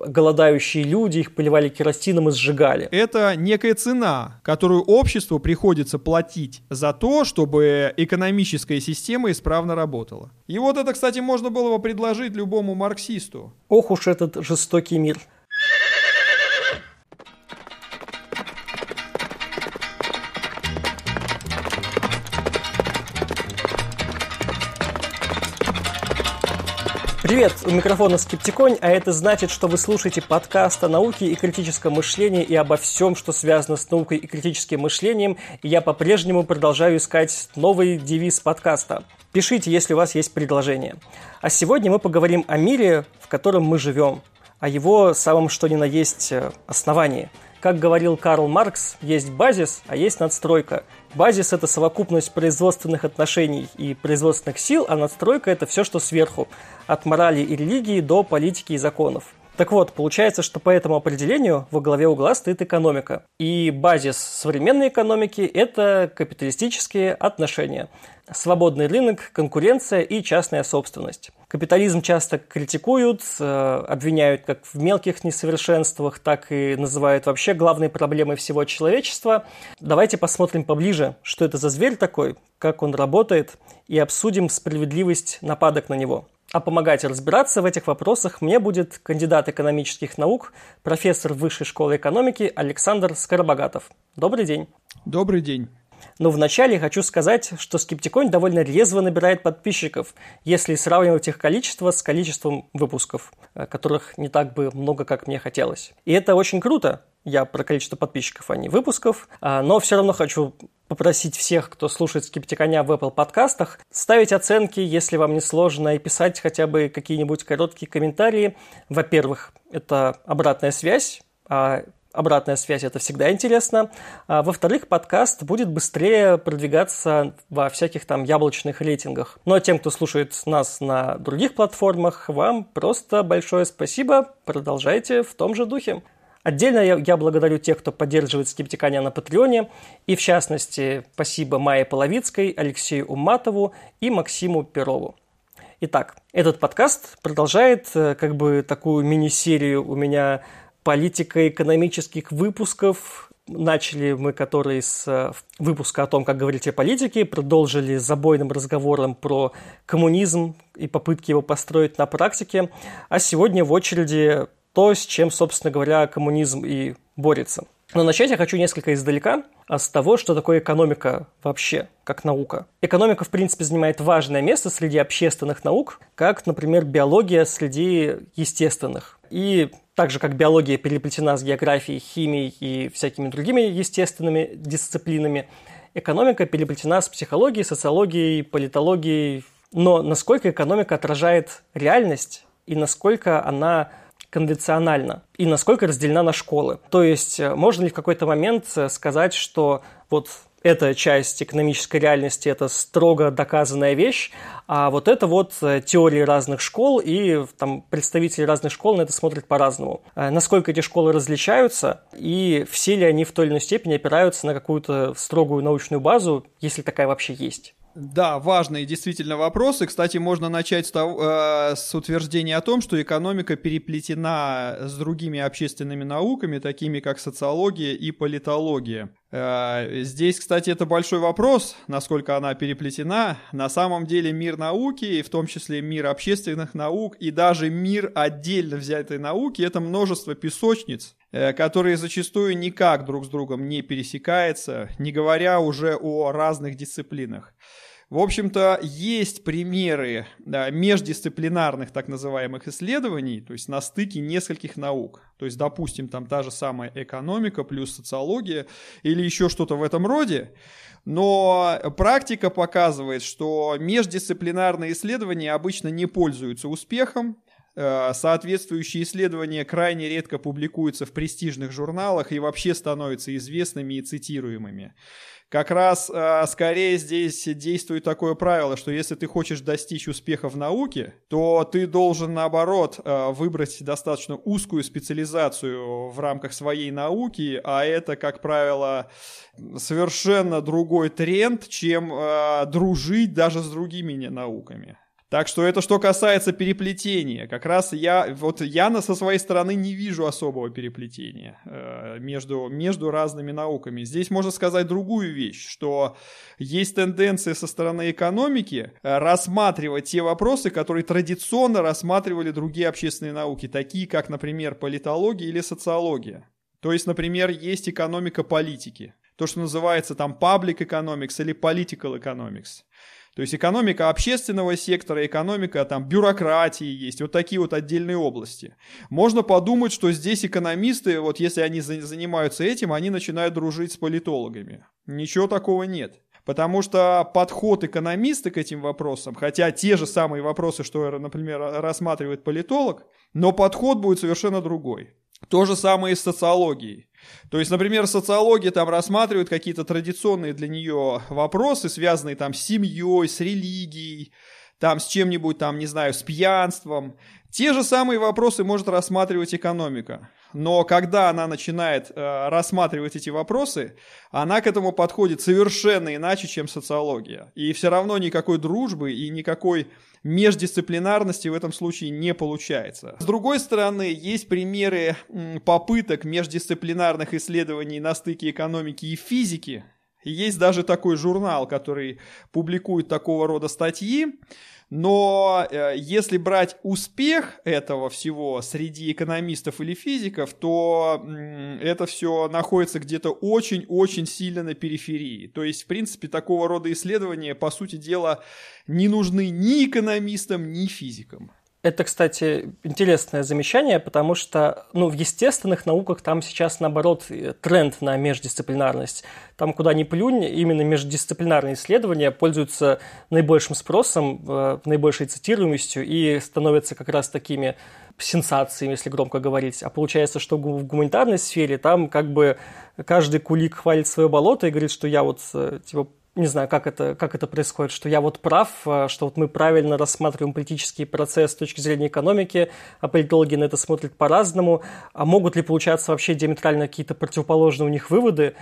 голодающие люди, их поливали керосином и сжигали. Это некая цена, которую обществу приходится платить за то, чтобы экономическая система исправно работала. И вот это, кстати, можно было бы предложить любому марксисту. Ох уж этот жестокий мир. Привет, у микрофона Скептиконь, а это значит, что вы слушаете подкаст о науке и критическом мышлении и обо всем, что связано с наукой и критическим мышлением, и я по-прежнему продолжаю искать новый девиз подкаста. Пишите, если у вас есть предложения. А сегодня мы поговорим о мире, в котором мы живем, о его самом что ни на есть основании. Как говорил Карл Маркс, есть базис, а есть надстройка. Базис – это совокупность производственных отношений и производственных сил, а надстройка – это все, что сверху, от морали и религии до политики и законов. Так вот, получается, что по этому определению во главе угла стоит экономика. И базис современной экономики – это капиталистические отношения. Свободный рынок, конкуренция и частная собственность. Капитализм часто критикуют, обвиняют как в мелких несовершенствах, так и называют вообще главной проблемой всего человечества. Давайте посмотрим поближе, что это за зверь такой, как он работает, и обсудим справедливость нападок на него. А помогать разбираться в этих вопросах мне будет кандидат экономических наук, профессор Высшей школы экономики Александр Скоробогатов. Добрый день. Добрый день. Но вначале хочу сказать, что Скептиконь довольно резво набирает подписчиков, если сравнивать их количество с количеством выпусков, которых не так бы много, как мне хотелось. И это очень круто. Я про количество подписчиков, а не выпусков. Но все равно хочу попросить всех, кто слушает Скептиконя в Apple подкастах, ставить оценки, если вам не сложно, и писать хотя бы какие-нибудь короткие комментарии. Во-первых, это обратная связь. Обратная связь – это всегда интересно. Во-вторых, подкаст будет быстрее продвигаться во всяких там яблочных рейтингах. Ну а тем, кто слушает нас на других платформах, вам просто большое спасибо. Продолжайте в том же духе. Отдельно я благодарю тех, кто поддерживает Скептиконя на Патреоне. И в частности, спасибо Майе Половицкой, Алексею Умматову и Максиму Перову. Итак, этот подкаст продолжает как бы такую мини-серию у меня политико-экономических выпусков. Начали мы которые с выпуска о том, как говорить о политике, продолжили забойным разговором про коммунизм и попытки его построить на практике. А сегодня в очереди то, с чем, собственно говоря, коммунизм и борется. Но начать я хочу несколько издалека, с того, что такое экономика вообще, как наука. Экономика, в принципе, занимает важное место среди общественных наук, как, например, биология среди естественных. И так же, как биология переплетена с географией, химией и всякими другими естественными дисциплинами, экономика переплетена с психологией, социологией, политологией. Но насколько экономика отражает реальность и насколько она конвенциональна, и насколько разделена на школы. То есть, можно ли в какой-то момент сказать, что вот эта часть экономической реальности – это строго доказанная вещь, а вот это вот теории разных школ, и там представители разных школ на это смотрят по-разному. Насколько эти школы различаются, и все ли они в той или иной степени опираются на какую-то строгую научную базу, если такая вообще есть. Да, важные действительно вопросы. Кстати, можно начать с утверждения о том, что экономика переплетена с другими общественными науками, такими как социология и политология. Здесь, кстати, это большой вопрос, насколько она переплетена. На самом деле мир науки, и в том числе мир общественных наук, и даже мир отдельно взятой науки – это множество песочниц, которые зачастую никак друг с другом не пересекаются, не говоря уже о разных дисциплинах. В общем-то, есть примеры междисциплинарных так называемых исследований, то есть на стыке нескольких наук. То есть, допустим, там та же самая экономика плюс социология или еще что-то в этом роде. Но практика показывает, что междисциплинарные исследования обычно не пользуются успехом. Соответствующие исследования крайне редко публикуются в престижных журналах и вообще становятся известными и цитируемыми. Как раз скорее здесь действует такое правило, что если ты хочешь достичь успеха в науке, то ты должен, наоборот, выбрать достаточно узкую специализацию в рамках своей науки, а это, как правило, совершенно другой тренд, чем дружить даже с другими науками. Так что это что касается переплетения. Как раз я со своей стороны не вижу особого переплетения между разными науками. Здесь можно сказать другую вещь, что есть тенденция со стороны экономики рассматривать те вопросы, которые традиционно рассматривали другие общественные науки, такие как, например, политология или социология. То есть, например, есть экономика политики, то, что называется там public economics или political economics. То есть экономика общественного сектора, экономика там бюрократии есть, вот такие вот отдельные области. Можно подумать, что здесь экономисты, вот если они занимаются этим, они начинают дружить с политологами. Ничего такого нет. Потому что подход экономиста к этим вопросам, хотя те же самые вопросы, что, например, рассматривает политолог, но подход будет совершенно другой. То же самое и с социологией. То есть, например, социология там рассматривает какие-то традиционные для нее вопросы, связанные там с семьей, с религией, там с чем-нибудь там, не знаю, с пьянством. Те же самые вопросы может рассматривать экономика. Но когда она начинает рассматривать эти вопросы, она к этому подходит совершенно иначе, чем социология. И все равно никакой дружбы и никакой междисциплинарности в этом случае не получается. С другой стороны, есть примеры попыток междисциплинарных исследований на стыке экономики и физики. Есть даже такой журнал, который публикует такого рода статьи. Но если брать успех этого всего среди экономистов или физиков, то это все находится где-то очень-очень сильно на периферии. То есть, в принципе, такого рода исследования, по сути дела, не нужны ни экономистам, ни физикам. Это, кстати, интересное замечание, потому что в естественных науках там сейчас, наоборот, тренд на междисциплинарность. Там, куда ни плюнь, именно междисциплинарные исследования пользуются наибольшим спросом, наибольшей цитируемостью и становятся как раз такими сенсациями, если громко говорить. А получается, что в гуманитарной сфере там как бы каждый кулик хвалит свое болото и говорит, что я вот, типа, не знаю, как это происходит, что я вот прав, что вот мы правильно рассматриваем политический процесс с точки зрения экономики, а политологи на это смотрят по-разному, а могут ли получаться вообще диаметрально какие-то противоположные у них выводы,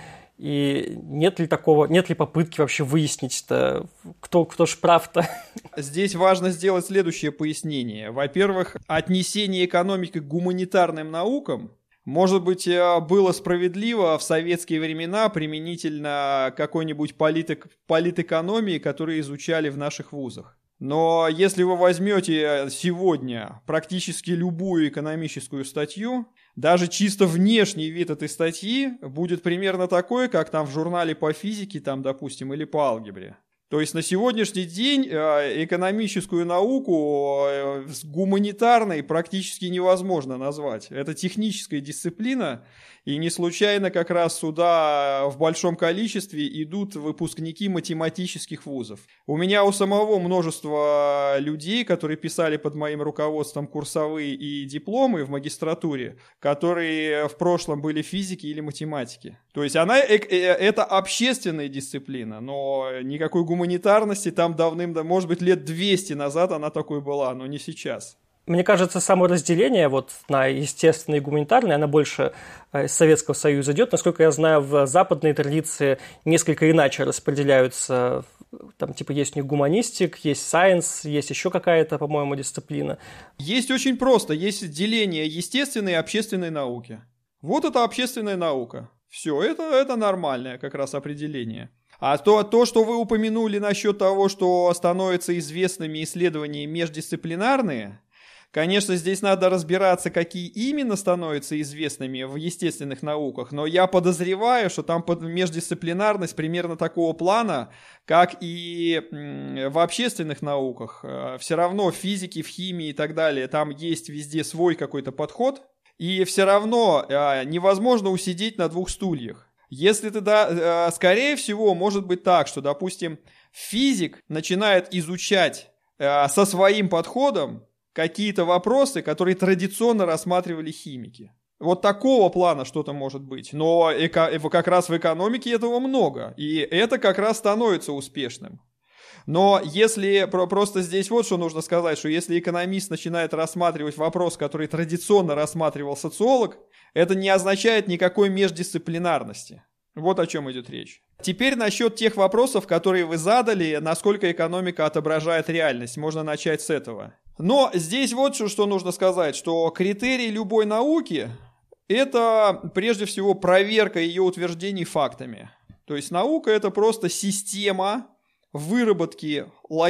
и нет ли попытки вообще выяснить-то, кто ж прав-то? Здесь важно сделать следующее пояснение. Во-первых, отнесение экономики к гуманитарным наукам, может быть, было справедливо в советские времена применительно какой-нибудь политэкономии, которые изучали в наших вузах. Но если вы возьмете сегодня практически любую экономическую статью, даже чисто внешний вид этой статьи будет примерно такой, как там в журнале по физике, там, допустим, или по алгебре. То есть на сегодняшний день экономическую науку гуманитарной практически невозможно назвать. Это техническая дисциплина, и не случайно как раз сюда в большом количестве идут выпускники математических вузов. У меня у самого множество людей, которые писали под моим руководством курсовые и дипломы в магистратуре, которые в прошлом были физики или математики. То есть это общественная дисциплина, но никакой гуманитарности там может быть, лет 200 назад она такой была, но не сейчас. Мне кажется, само разделение вот на естественное и гуманитарное, оно больше из Советского Союза идет. Насколько я знаю, в западной традиции несколько иначе распределяются. Там типа есть у них гуманистик, есть science, есть еще какая-то, по-моему, дисциплина. Есть очень просто. Есть деление естественной и общественной науки. Вот это общественная наука. Все, это нормальное как раз определение. А то, что вы упомянули насчет того, что становятся известными исследования междисциплинарные, конечно, здесь надо разбираться, какие именно становятся известными в естественных науках, но я подозреваю, что там междисциплинарность примерно такого плана, как и в общественных науках. Все равно в физике, в химии и так далее, там есть везде свой какой-то подход, и все равно невозможно усидеть на двух стульях. Если скорее всего, может быть так, что, допустим, физик начинает изучать со своим подходом какие-то вопросы, которые традиционно рассматривали химики. Вот такого плана что-то может быть. Но как раз в экономике этого много. И это как раз становится успешным. Но если просто здесь вот что нужно сказать, что если экономист начинает рассматривать вопрос, который традиционно рассматривал социолог, это не означает никакой междисциплинарности. Вот о чем идет речь. Теперь насчет тех вопросов, которые вы задали, насколько экономика отображает реальность. Можно начать с этого. Но здесь вот что нужно сказать, что критерий любой науки – это прежде всего проверка ее утверждений фактами. То есть наука – это просто система выработки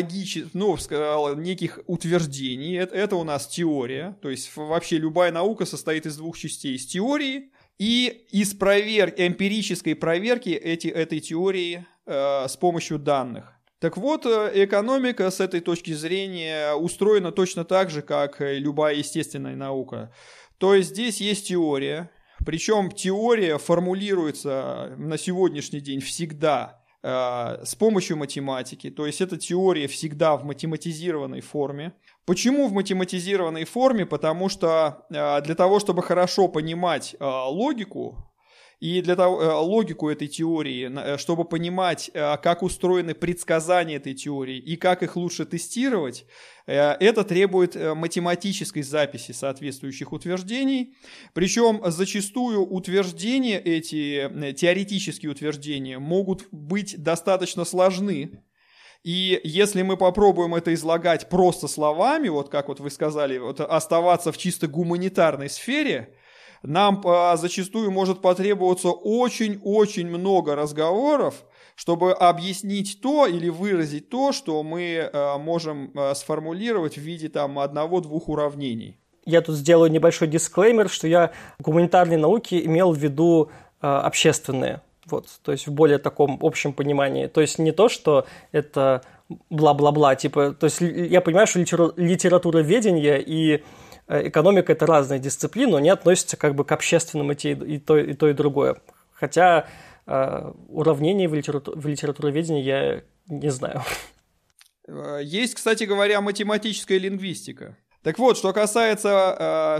неких утверждений. Это у нас теория. То есть вообще любая наука состоит из двух частей. Из теории и из эмпирической проверки этой теории с помощью данных. Так вот, экономика с этой точки зрения устроена точно так же, как любая естественная наука. То есть здесь есть теория, причем теория формулируется на сегодняшний день всегда с помощью математики, то есть эта теория всегда в математизированной форме. Почему в математизированной форме? Потому что для того, чтобы хорошо понимать логику, и логику этой теории, чтобы понимать, как устроены предсказания этой теории и как их лучше тестировать, это требует математической записи соответствующих утверждений. Причем зачастую утверждения эти, теоретические утверждения, могут быть достаточно сложны. И если мы попробуем это излагать просто словами, вот как вот вы сказали, вот оставаться в чисто гуманитарной сфере, нам зачастую может потребоваться очень-очень много разговоров, чтобы объяснить то или выразить то, что мы можем сформулировать в виде там одного-двух уравнений. Я тут сделаю небольшой дисклеймер, что я гуманитарные науки имел в виду общественные, вот, то есть в более таком общем понимании. То есть не то, что это бла-бла-бла, типа, то есть я понимаю, что литературоведение и экономика – это разные дисциплины, но они относятся как бы к общественным и то, и другое. Хотя уравнений в литературоведении я не знаю. Есть, кстати говоря, математическая лингвистика. Так вот, что касается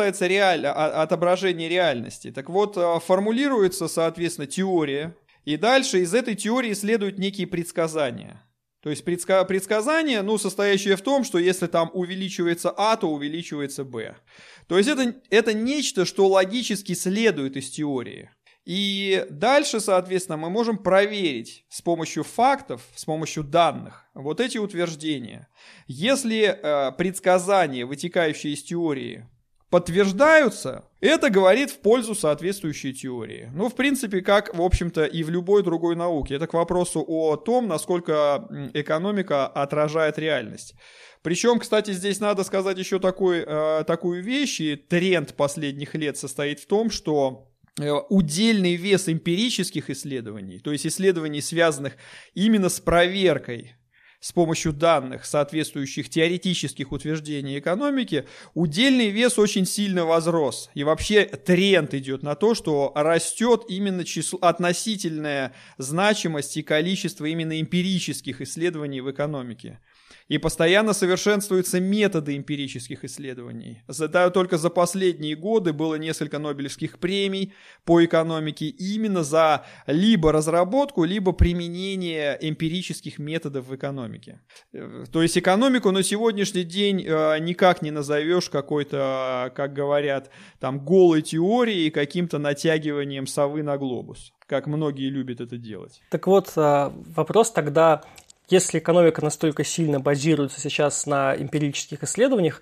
отображения реальности. Так вот, формулируется, соответственно, теория, и дальше из этой теории следуют некие предсказания. То есть предсказание, состоящее в том, что если там увеличивается А, то увеличивается Б. То есть это нечто, что логически следует из теории. И дальше, соответственно, мы можем проверить с помощью фактов, с помощью данных вот эти утверждения. Если предсказания, вытекающие из теории, подтверждаются, это говорит в пользу соответствующей теории. В принципе, как, в общем-то, и в любой другой науке. Это к вопросу о том, насколько экономика отражает реальность. Причем, кстати, здесь надо сказать еще такую вещь, и тренд последних лет состоит в том, что удельный вес эмпирических исследований, то есть исследований, связанных именно с проверкой с помощью данных, соответствующих теоретических утверждений экономики, удельный вес очень сильно возрос. И вообще тренд идет на то, что растет именно относительная значимость и количество именно эмпирических исследований в экономике. И постоянно совершенствуются методы эмпирических исследований. Только за последние годы было несколько Нобелевских премий по экономике именно за либо разработку, либо применение эмпирических методов в экономике. То есть экономику на сегодняшний день никак не назовешь какой-то, как говорят, там голой теорией, каким-то натягиванием совы на глобус, как многие любят это делать. Так вот, вопрос тогда... Если экономика настолько сильно базируется сейчас на эмпирических исследованиях,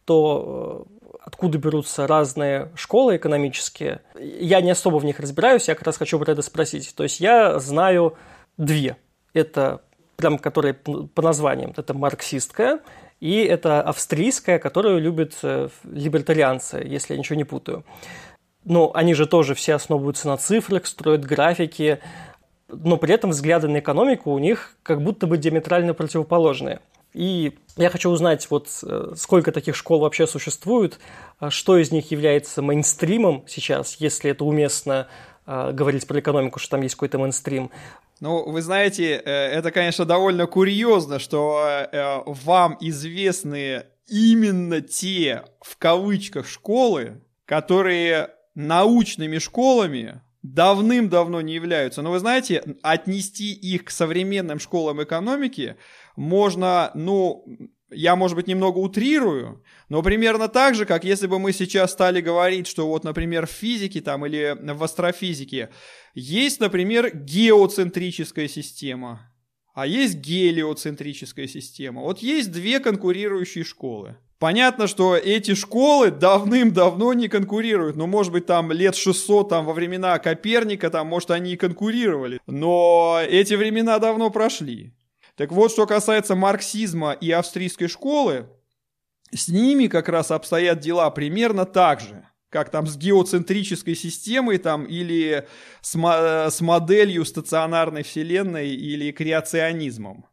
то откуда берутся разные школы экономические? Я не особо в них разбираюсь, я как раз хочу про это спросить. То есть я знаю две. Это прям которые по названиям. Это марксистская и это австрийская, которую любят либертарианцы, если я ничего не путаю. Но они же тоже все основываются на цифрах, строят графики, но при этом взгляды на экономику у них как будто бы диаметрально противоположные. И я хочу узнать, вот сколько таких школ вообще существует, что из них является мейнстримом сейчас, если это уместно говорить про экономику, что там есть какой-то мейнстрим. Вы знаете, это, конечно, довольно курьезно, что вам известны именно те, в кавычках, школы, которые научными школами давным-давно не являются. Но вы знаете, отнести их к современным школам экономики можно, Я, может быть, немного утрирую, но примерно так же, как если бы мы сейчас стали говорить, что вот, например, в физике там, или в астрофизике есть, например, геоцентрическая система, а есть гелиоцентрическая система. Вот есть две конкурирующие школы. Понятно, что эти школы давным-давно не конкурируют. Ну, может быть, там лет 600, там, во времена Коперника, там, может, они и конкурировали. Но эти времена давно прошли. Так вот, что касается марксизма и австрийской школы, с ними как раз обстоят дела примерно так же, как там с геоцентрической системой там, или с моделью стационарной вселенной или креационизмом.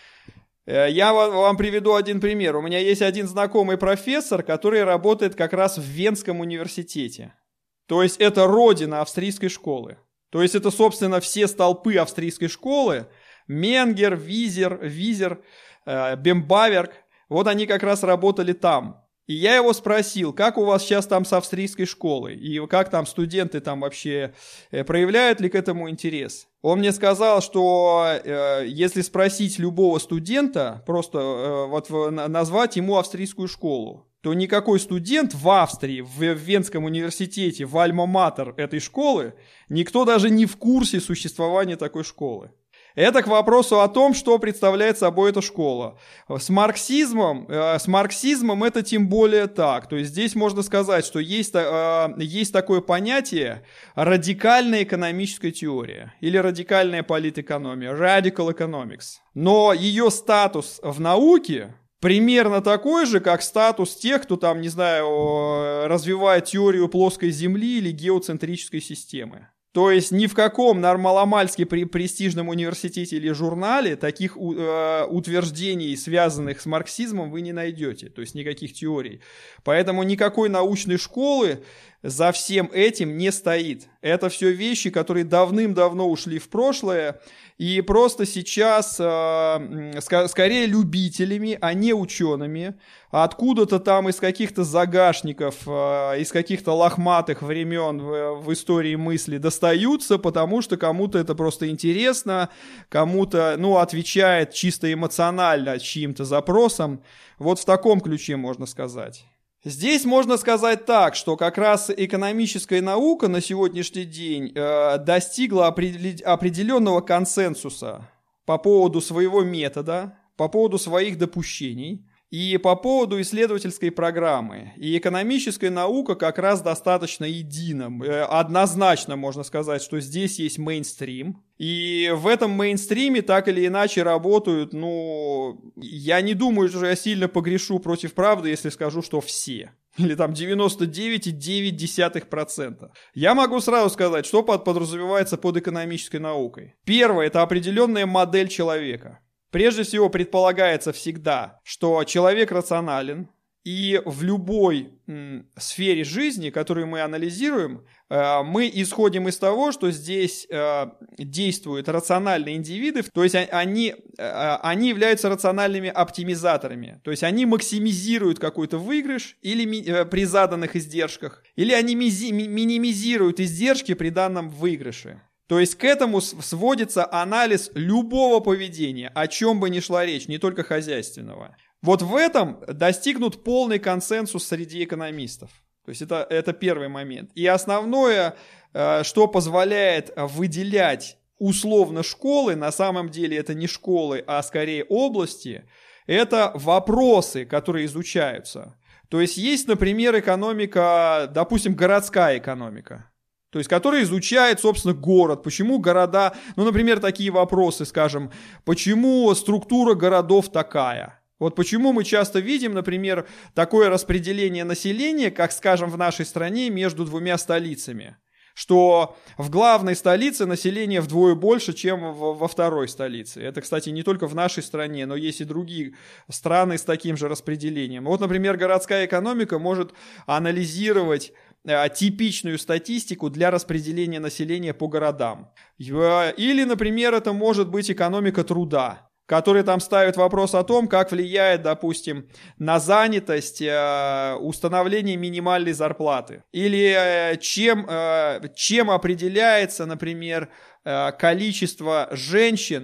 Я вам приведу один пример. У меня есть один знакомый профессор, который работает как раз в Венском университете. То есть это родина австрийской школы. То есть это, собственно, все столпы австрийской школы. Менгер, Визер, Бембаверк. Вот они как раз работали там. И я его спросил, как у вас сейчас там с австрийской школой? И как там студенты там вообще проявляют ли к этому интерес? Он мне сказал, что если спросить любого студента, просто назвать ему австрийскую школу, то никакой студент в Австрии, в Венском университете, в альма-матер этой школы, никто даже не в курсе существования такой школы. Это к вопросу о том, что представляет собой эта школа. С марксизмом это тем более так. То есть здесь можно сказать, что есть такое понятие радикальная экономическая теория или радикальная политэкономия, radical economics. Но ее статус в науке примерно такой же, как статус тех, кто там, не знаю, развивает теорию плоской Земли или геоцентрической системы. То есть ни в каком маломальски престижном университете или журнале таких утверждений, связанных с марксизмом, вы не найдете. То есть никаких теорий. Поэтому никакой научной школы за всем этим не стоит. Это все вещи, которые давным-давно ушли в прошлое. И просто сейчас скорее любителями, а не учеными, откуда-то там из каких-то загашников, из каких-то лохматых времен в истории мысли достаются, потому что кому-то это просто интересно, кому-то, отвечает чисто эмоционально чьим-то запросам. Вот в таком ключе можно сказать. Здесь можно сказать так, что как раз экономическая наука на сегодняшний день достигла определенного консенсуса по поводу своего метода, по поводу своих допущений и по поводу исследовательской программы. И экономическая наука как раз достаточно едина. Однозначно можно сказать, что здесь есть мейнстрим. И в этом мейнстриме так или иначе работают, я не думаю, что я сильно погрешу против правды, если скажу, что все. Или там 99,9%. Я могу сразу сказать, что подразумевается под экономической наукой. Первое – это определенная модель человека. Прежде всего предполагается всегда, что человек рационален, и в любой сфере жизни, которую мы анализируем, мы исходим из того, что здесь действуют рациональные индивиды, то есть они являются рациональными оптимизаторами, то есть они максимизируют какой-то выигрыш или при заданных издержках, или они минимизируют издержки при данном выигрыше. То есть к этому сводится анализ любого поведения, о чем бы ни шла речь, не только хозяйственного. Вот в этом достигнут полный консенсус среди экономистов. То есть это первый момент. И основное, что позволяет выделять условно школы, на самом деле это не школы, а скорее области, это вопросы, которые изучаются. То есть есть, например, экономика, допустим, городская экономика. То есть, который изучает, собственно, город, почему города, например, такие вопросы, скажем, почему структура городов такая. Вот почему мы часто видим, например, такое распределение населения, как, скажем, в нашей стране между двумя столицами. Что в главной столице население вдвое больше, чем во второй столице. Это, кстати, не только в нашей стране, но есть и другие страны с таким же распределением. Вот, например, городская экономика может анализировать типичную статистику для распределения населения по городам. Или, например, это может быть экономика труда, который там ставит вопрос о том, как влияет, допустим, на занятость установление минимальной зарплаты. Или чем определяется, например, количество женщин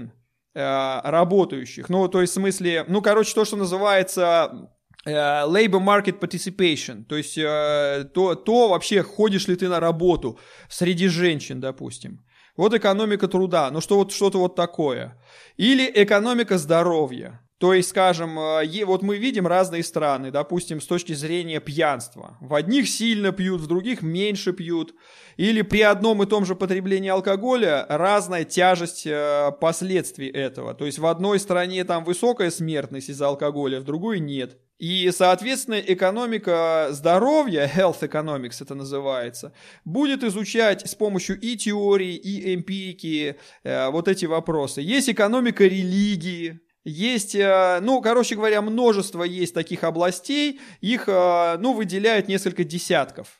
работающих. Ну, то есть в смысле, то, что называется labor market participation, то есть то вообще, ходишь ли ты на работу среди женщин, допустим. Вот экономика труда, что-то вот такое. Или экономика здоровья. То есть, скажем, вот мы видим разные страны, допустим, с точки зрения пьянства. В одних сильно пьют, в других меньше пьют. Или при одном и том же потреблении алкоголя разная тяжесть последствий этого. То есть в одной стране там высокая смертность из-за алкоголя, в другой нет. И, соответственно, экономика здоровья, health economics это называется, будет изучать с помощью и теории, и эмпирики вот эти вопросы. Есть экономика религии. Есть, короче говоря, множество есть таких областей, их, выделяют несколько десятков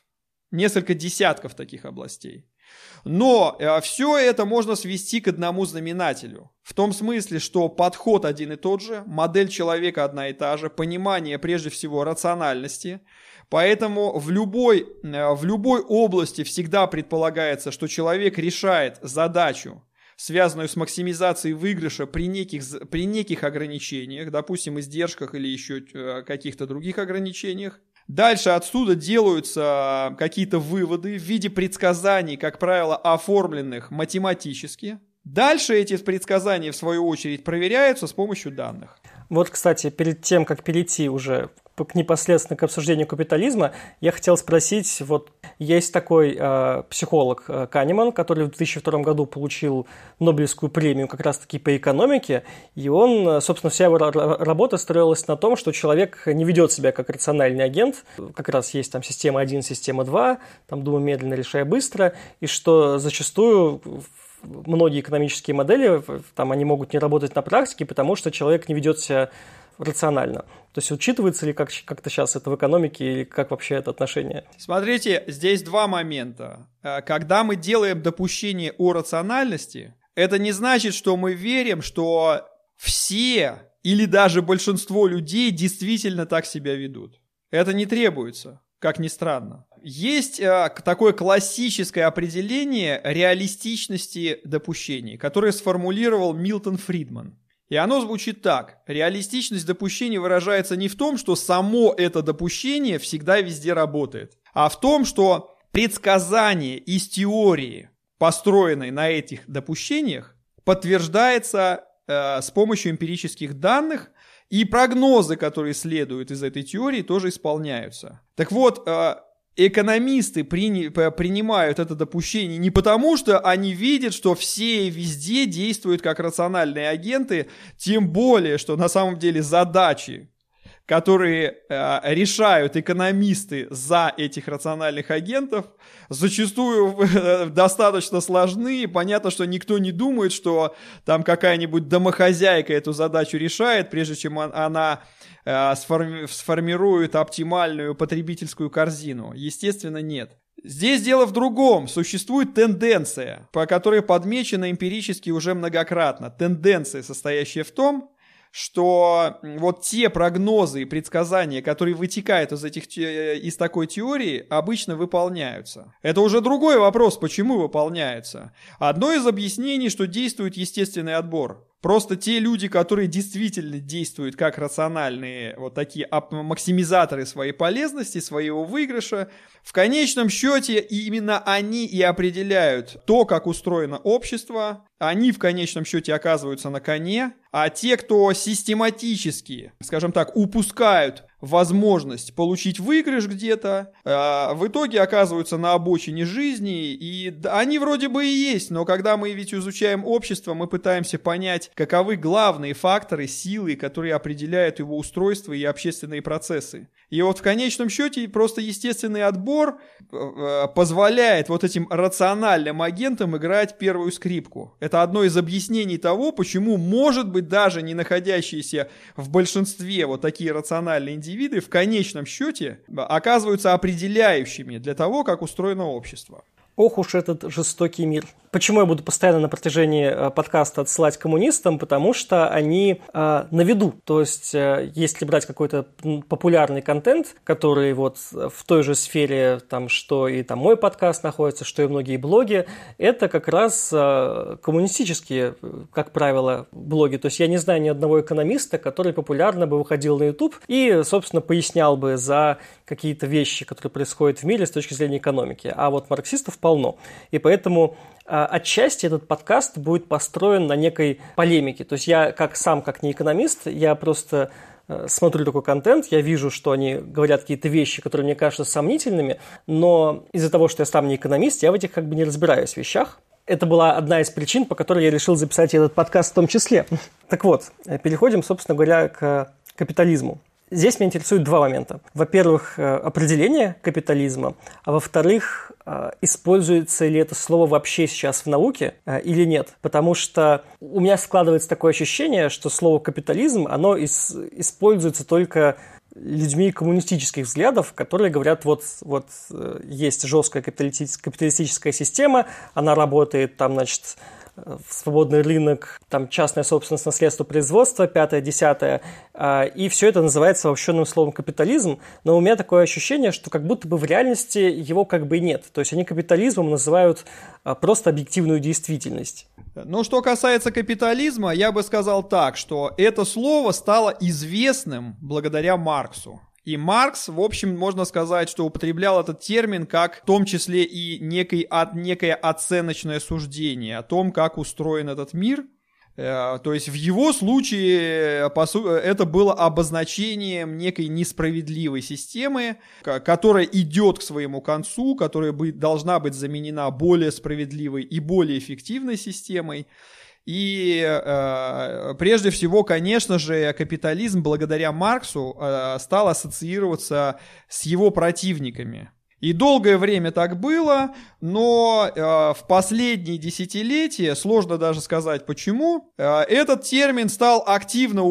таких областей. Но все это можно свести к одному знаменателю. В том смысле, что подход один и тот же, модель человека одна и та же, понимание прежде всего рациональности. Поэтому в любой области всегда предполагается, что человек решает задачу, связанную с максимизацией выигрыша при неких ограничениях, допустим, издержках или еще каких-то других ограничениях. Дальше отсюда делаются какие-то выводы в виде предсказаний, как правило, оформленных математически. Дальше эти предсказания, в свою очередь, проверяются с помощью данных. Вот, кстати, перед тем, как перейти уже непосредственно к обсуждению капитализма, я хотел спросить, вот есть такой психолог Канеман, который в 2002 году получил Нобелевскую премию как раз-таки по экономике, и он, собственно, вся его работа строилась на том, что человек не ведет себя как рациональный агент, как раз есть там система 1, система 2, там думай медленно, решай быстро, и что зачастую многие экономические модели, там они могут не работать на практике, потому что человек не ведет себя рационально. То есть учитывается ли как-то сейчас это в экономике или как вообще это отношение? Смотрите, здесь два момента. Когда мы делаем допущение о рациональности, это не значит, что мы верим, что все или даже большинство людей действительно так себя ведут. Это не требуется, как ни странно. Есть такое классическое определение реалистичности допущений, которое сформулировал Милтон Фридман. И оно звучит так. Реалистичность допущений выражается не в том, что само это допущение всегда везде работает, а в том, что предсказание из теории, построенной на этих допущениях, подтверждается с помощью эмпирических данных, и прогнозы, которые следуют из этой теории, тоже исполняются. Так вот, экономисты принимают это допущение не потому, что они видят, что все везде действуют как рациональные агенты, тем более, что на самом деле задачи, которые решают экономисты за этих рациональных агентов, зачастую достаточно сложны. Понятно, что никто не думает, что там какая-нибудь домохозяйка эту задачу решает, прежде чем она сформирует оптимальную потребительскую корзину. Естественно, нет. Здесь дело в другом. Существует тенденция, по которой подмечена эмпирически уже многократно. Тенденция, состоящая в том, что вот те прогнозы и предсказания, которые вытекают из такой теории, обычно выполняются. Это уже другой вопрос, почему выполняются. Одно из объяснений, что действует естественный отбор. Просто те люди, которые действительно действуют как рациональные вот такие максимизаторы своей полезности, своего выигрыша, в конечном счете именно они и определяют то, как устроено общество. Они в конечном счете оказываются на коне, а те, кто систематически, скажем так, упускают возможность получить выигрыш где-то, в итоге оказываются на обочине жизни, и они вроде бы и есть, но когда мы ведь изучаем общество, мы пытаемся понять, каковы главные факторы, силы, которые определяют его устройство и общественные процессы. И вот в конечном счете просто естественный отбор позволяет вот этим рациональным агентам играть первую скрипку. Это одно из объяснений того, почему, может быть, даже не находящиеся в большинстве вот такие рациональные индивиды в конечном счете оказываются определяющими для того, как устроено общество. Ох уж этот жестокий мир. Почему я буду постоянно на протяжении подкаста отсылать коммунистам? Потому что они на виду. То есть, если брать какой-то популярный контент, который вот в той же сфере, там, что и там мой подкаст находится, что и многие блоги, это как раз коммунистические, как правило, блоги. То есть, я не знаю ни одного экономиста, который популярно бы выходил на YouTube и, собственно, пояснял бы за какие-то вещи, которые происходят в мире с точки зрения экономики. А вот марксистов полно. И поэтому отчасти этот подкаст будет построен на некой полемике. То есть я как не экономист, я просто смотрю такой контент, я вижу, что они говорят какие-то вещи, которые мне кажутся сомнительными, но из-за того, что я сам не экономист, я в этих как бы не разбираюсь в вещах. Это была одна из причин, по которой я решил записать этот подкаст в том числе. Так вот, переходим, собственно говоря, к капитализму. Здесь меня интересуют два момента. Во-первых, определение капитализма, а во-вторых, используется ли это слово вообще сейчас в науке или нет. Потому что у меня складывается такое ощущение, что слово «капитализм», оно используется только людьми коммунистических взглядов, которые говорят, вот есть жесткая капиталистическая система, она работает там, значит, свободный рынок, там частная собственность на средства производства, 5-10, и все это называется обобщенным словом капитализм, но у меня такое ощущение, что как будто бы в реальности его как бы и нет. То есть они капитализмом называют просто объективную действительность. Ну, что касается капитализма, я бы сказал так, что это слово стало известным благодаря Марксу. И Маркс, в общем, можно сказать, что употреблял этот термин как в том числе и некое оценочное суждение о том, как устроен этот мир. То есть в его случае это было обозначением некой несправедливой системы, которая идет к своему концу, которая должна быть заменена более справедливой и более эффективной системой. И прежде всего, конечно же, капитализм благодаря Марксу стал ассоциироваться с его противниками. И долгое время так было, но в последние десятилетия, сложно даже сказать почему, этот термин стал активно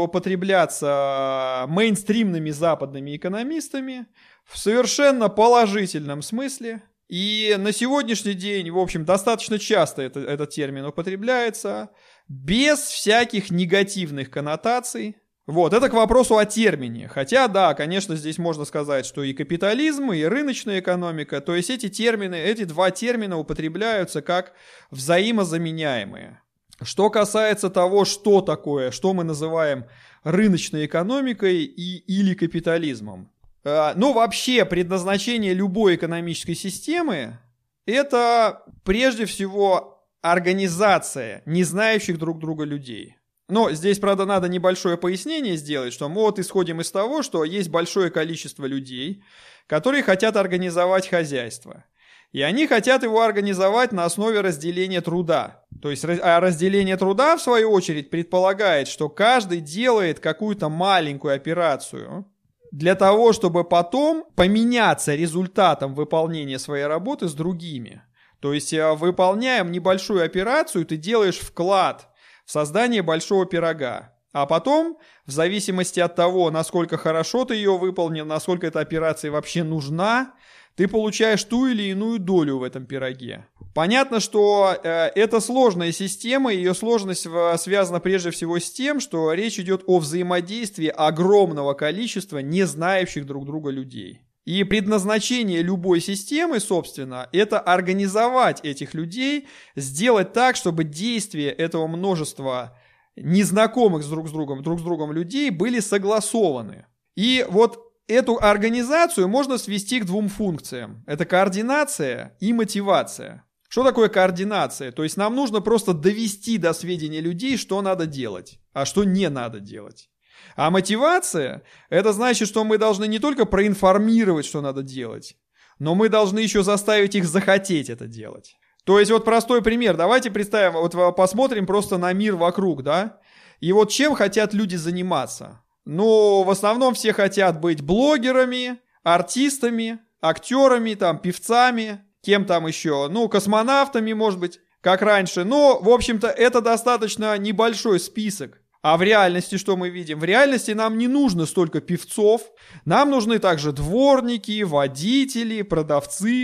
употребляться мейнстримными западными экономистами в совершенно положительном смысле. И на сегодняшний день, в общем, достаточно часто этот термин употребляется, без всяких негативных коннотаций. Вот, это к вопросу о термине. Хотя, да, конечно, здесь можно сказать, что и капитализм, и рыночная экономика, то есть эти два термина употребляются как взаимозаменяемые. Что касается того, что такое, что мы называем рыночной экономикой или капитализмом. Ну, вообще, предназначение любой экономической системы – это, прежде всего, организация не знающих друг друга людей. Но здесь, правда, надо небольшое пояснение сделать, что мы вот исходим из того, что есть большое количество людей, которые хотят организовать хозяйство. И они хотят его организовать на основе разделения труда. То есть разделение труда, в свою очередь, предполагает, что каждый делает какую-то маленькую операцию – для того, чтобы потом поменяться результатом выполнения своей работы с другими. То есть, выполняя небольшую операцию, ты делаешь вклад в создание большого пирога. А потом, в зависимости от того, насколько хорошо ты ее выполнил, насколько эта операция вообще нужна, ты получаешь ту или иную долю в этом пироге. Понятно, что это сложная система, ее сложность связана прежде всего с тем, что речь идет о взаимодействии огромного количества не знающих друг друга людей. И предназначение любой системы, собственно, это организовать этих людей, сделать так, чтобы действия этого множества незнакомых друг с другом людей были согласованы. И вот эту организацию можно свести к двум функциям. Это координация и мотивация. Что такое координация? То есть нам нужно просто довести до сведения людей, что надо делать, а что не надо делать. А мотивация – это значит, что мы должны не только проинформировать, что надо делать, но мы должны еще заставить их захотеть это делать. То есть вот простой пример. Давайте представим, вот посмотрим просто на мир вокруг, да? И вот чем хотят люди заниматься? Ну, в основном все хотят быть блогерами, артистами, актерами, там, певцами, кем там еще, ну, космонавтами, может быть, как раньше. Но, в общем-то, это достаточно небольшой список. А в реальности что мы видим? В реальности нам не нужно столько певцов, нам нужны также дворники, водители, продавцы.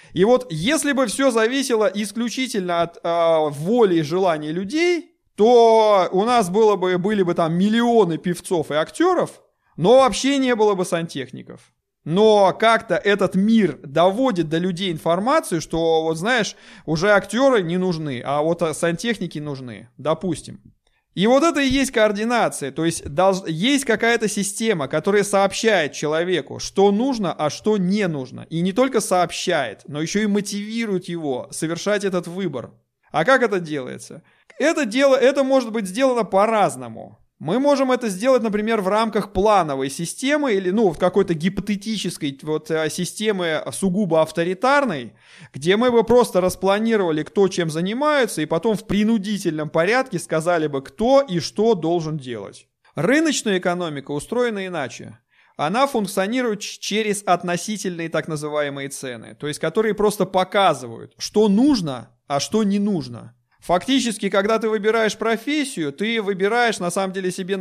И вот если бы все зависело исключительно от воли и желания людей, то у нас были бы там миллионы певцов и актеров, но вообще не было бы сантехников. Но как-то этот мир доводит до людей информацию, что, вот знаешь, уже актеры не нужны, а вот сантехники нужны, допустим. И вот это и есть координация, то есть есть какая-то система, которая сообщает человеку, что нужно, а что не нужно. И не только сообщает, но еще и мотивирует его совершать этот выбор. А как это делается? Это может быть сделано по-разному. Мы можем это сделать, например, в рамках плановой системы или, в какой-то гипотетической системы сугубо авторитарной, где мы бы просто распланировали, кто чем занимается, и потом в принудительном порядке сказали бы, кто и что должен делать. Рыночная экономика устроена иначе. Она функционирует через относительные так называемые цены, то есть которые просто показывают, что нужно, а что не нужно. Фактически, когда ты выбираешь профессию, ты выбираешь на самом деле себе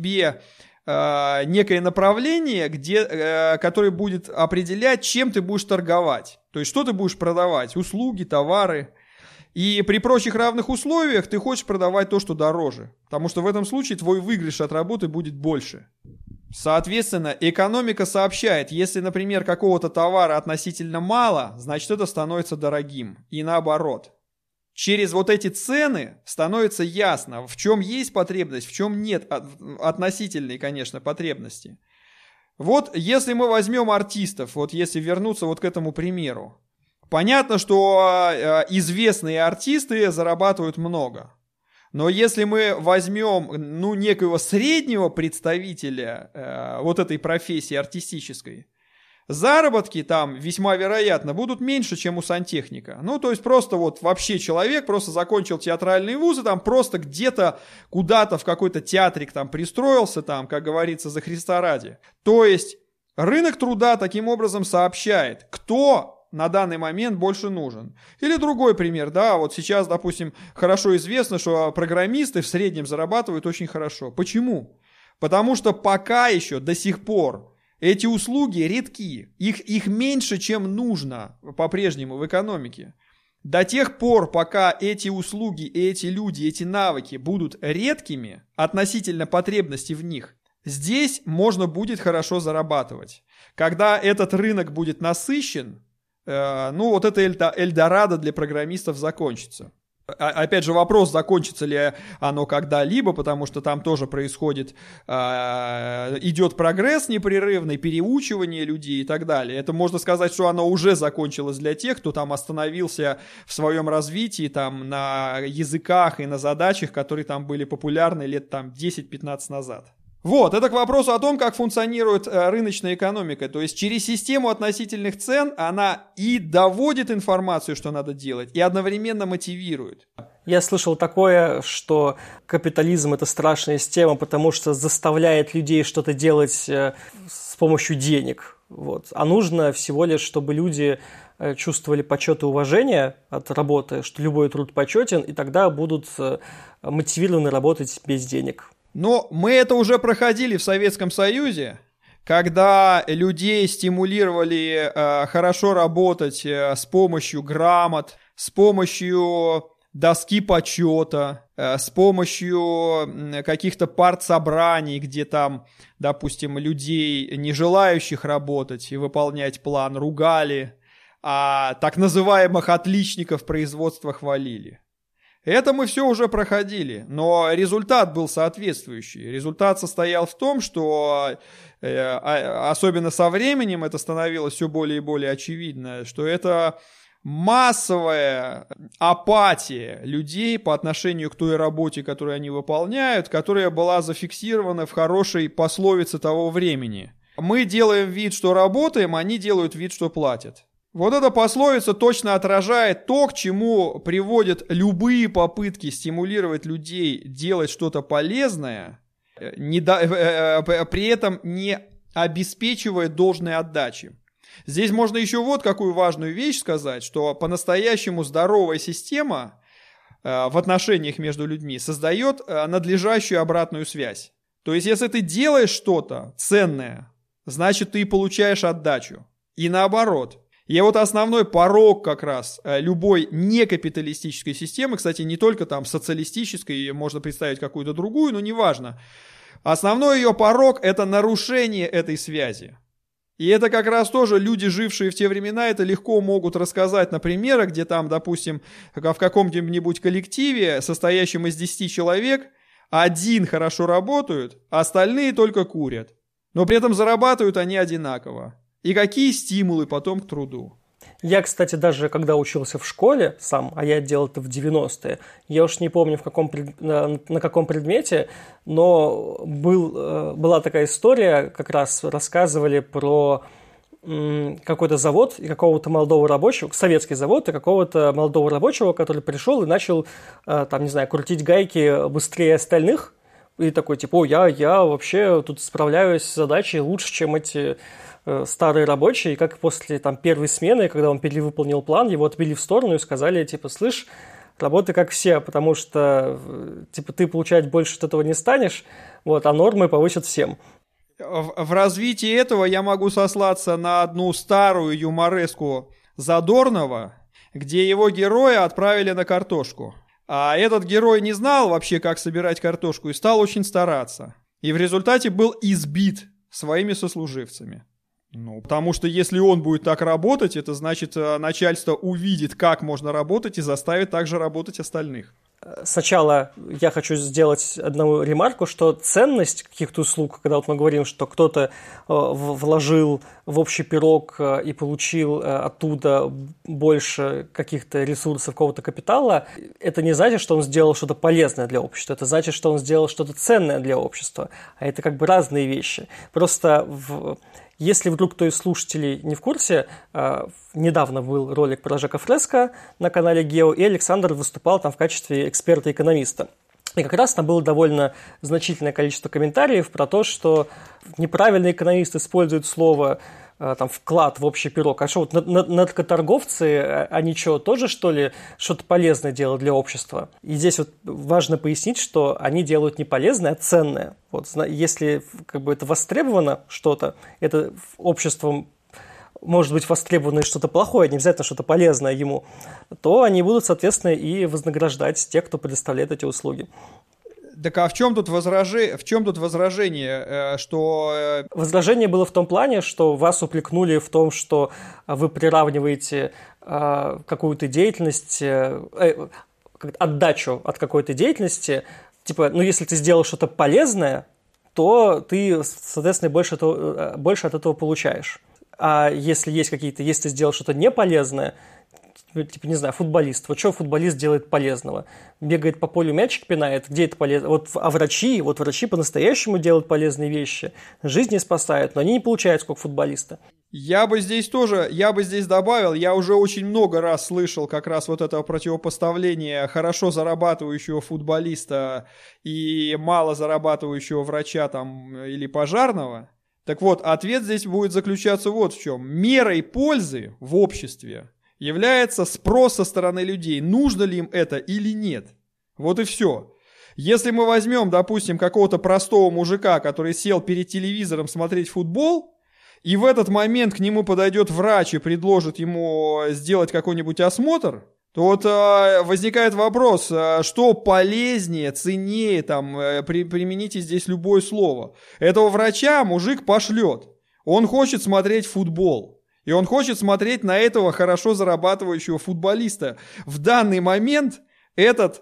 некое направление, которое будет определять, чем ты будешь торговать. То есть, что ты будешь продавать? Услуги, товары. И при прочих равных условиях ты хочешь продавать то, что дороже. Потому что в этом случае твой выигрыш от работы будет больше. Соответственно, экономика сообщает, если, например, какого-то товара относительно мало, значит, это становится дорогим. И наоборот. Через вот эти цены становится ясно, в чем есть потребность, в чем нет относительной, конечно, потребности. Вот если мы возьмем артистов, вот если вернуться вот к этому примеру, понятно, что известные артисты зарабатывают много. Но если мы возьмем, некого среднего представителя вот этой профессии артистической, заработки там весьма вероятно будут меньше, чем у сантехника. То есть просто вот вообще человек просто закончил театральные вузы, там просто где-то куда-то в какой-то театрик там пристроился, там, как говорится, за Христа ради. То есть рынок труда таким образом сообщает, кто на данный момент больше нужен. Или другой пример, вот сейчас, допустим, хорошо известно, что программисты в среднем зарабатывают очень хорошо. Почему? Потому что пока еще до сих пор эти услуги редки, их меньше, чем нужно по-прежнему в экономике. До тех пор, пока эти услуги, эти люди, эти навыки будут редкими относительно потребностей в них, здесь можно будет хорошо зарабатывать. Когда этот рынок будет насыщен, вот это Эльдорадо для программистов закончится. Опять же, вопрос, закончится ли оно когда-либо, потому что там тоже происходит, идет прогресс непрерывный, переучивание людей и так далее. Это можно сказать, что оно уже закончилось для тех, кто там остановился в своем развитии там на языках и на задачах, которые там были популярны лет там 10-15 назад. Вот, это к вопросу о том, как функционирует рыночная экономика. То есть через систему относительных цен она и доводит информацию, что надо делать, и одновременно мотивирует. Я слышал такое, что капитализм – это страшная система, потому что заставляет людей что-то делать с помощью денег. Вот. А нужно всего лишь, чтобы люди чувствовали почет и уважение от работы, что любой труд почетен, и тогда будут мотивированы работать без денег. Но мы это уже проходили в Советском Союзе, когда людей стимулировали хорошо работать с помощью грамот, с помощью доски почета, с помощью каких-то партсобраний, где там, допустим, людей, не желающих работать и выполнять план, ругали, а так называемых отличников производства хвалили. Это мы все уже проходили, но результат был соответствующий. Результат состоял в том, что, особенно со временем, это становилось все более и более очевидно, что это массовая апатия людей по отношению к той работе, которую они выполняют, которая была зафиксирована в хорошей пословице того времени. Мы делаем вид, что работаем, они делают вид, что платят. Вот эта пословица точно отражает то, к чему приводят любые попытки стимулировать людей делать что-то полезное, при этом не обеспечивая должной отдачи. Здесь можно еще вот какую важную вещь сказать, что по-настоящему здоровая система в отношениях между людьми создает надлежащую обратную связь. То есть, если ты делаешь что-то ценное, значит, ты получаешь отдачу. И наоборот. И вот основной порог как раз любой некапиталистической системы, кстати, не только там социалистической, можно представить какую-то другую, но неважно. Основной ее порог – это нарушение этой связи. И это как раз тоже люди, жившие в те времена, это легко могут рассказать на примерах, где там, допустим, в каком-нибудь коллективе, состоящем из 10 человек, один хорошо работают, а остальные только курят. Но при этом зарабатывают они одинаково. И какие стимулы потом к труду? Я, кстати, даже когда учился в школе сам, а я делал это в 90-е, я уж не помню на каком предмете, но была такая история, как раз рассказывали про какой-то завод и какого-то молодого рабочего, советский завод и какого-то молодого рабочего, который пришел и начал, там, не знаю, крутить гайки быстрее остальных, и такой, типа, я вообще тут справляюсь с задачей лучше, чем эти старые рабочие, и как после там, первой смены, когда он перевыполнил план, его отвели в сторону и сказали, типа, слышь, работай как все, потому что типа, ты получать больше от этого не станешь, вот, а нормы повысят всем. В развитии этого я могу сослаться на одну старую юмореску Задорнова, где его героя отправили на картошку. А этот герой не знал вообще, как собирать картошку, и стал очень стараться. И в результате был избит своими сослуживцами. Ну, потому что если он будет так работать, это значит, начальство увидит, как можно работать, и заставит также работать остальных. Сначала я хочу сделать одну ремарку, что ценность каких-то услуг, когда вот мы говорим, что кто-то вложил в общий пирог и получил оттуда больше каких-то ресурсов, какого-то капитала, это не значит, что он сделал что-то полезное для общества, это значит, что он сделал что-то ценное для общества. А это как бы разные вещи. Просто если вдруг кто из слушателей не в курсе, недавно был ролик про Жака Фреско на канале Гео, и Александр выступал там в качестве эксперта-экономиста. И как раз там было довольно значительное количество комментариев про то, что неправильный экономист использует слово там, вклад в общий пирог. А что, вот наркоторговцы, они что, тоже, что ли, что-то полезное делают для общества? И здесь вот важно пояснить, что они делают не полезное, а ценное. Вот, если как бы это востребовано что-то, это обществом может быть востребовано и что-то плохое, не обязательно что-то полезное ему, то они будут, соответственно, и вознаграждать тех, кто предоставляет эти услуги. Так а в чем тут возражение, что... Возражение было в том плане, что вас упрекнули в том, что вы приравниваете какую-то деятельность, отдачу от какой-то деятельности, типа, ну, если ты сделал что-то полезное, то ты, соответственно, больше от этого получаешь. А если если ты сделал что-то неполезное, типа, не знаю, футболист. Вот что футболист делает полезного? Бегает по полю, мячик пинает, где это полезно? А врачи по-настоящему делают полезные вещи, жизни спасают, но они не получают сколько футболиста. Я бы здесь добавил, я уже очень много раз слышал как раз вот этого противопоставления хорошо зарабатывающего футболиста и мало зарабатывающего врача там или пожарного. Так вот, ответ здесь будет заключаться вот в чем. Мерой пользы в обществе является спрос со стороны людей, нужно ли им это или нет. Вот и все. Если мы возьмем, допустим, какого-то простого мужика, который сел перед телевизором смотреть футбол, и в этот момент к нему подойдет врач и предложит ему сделать какой-нибудь осмотр, то вот возникает вопрос, что полезнее, ценнее, там, примените здесь любое слово. Этого врача мужик пошлет. Он хочет смотреть футбол. И он хочет смотреть на этого хорошо зарабатывающего футболиста. В данный момент этот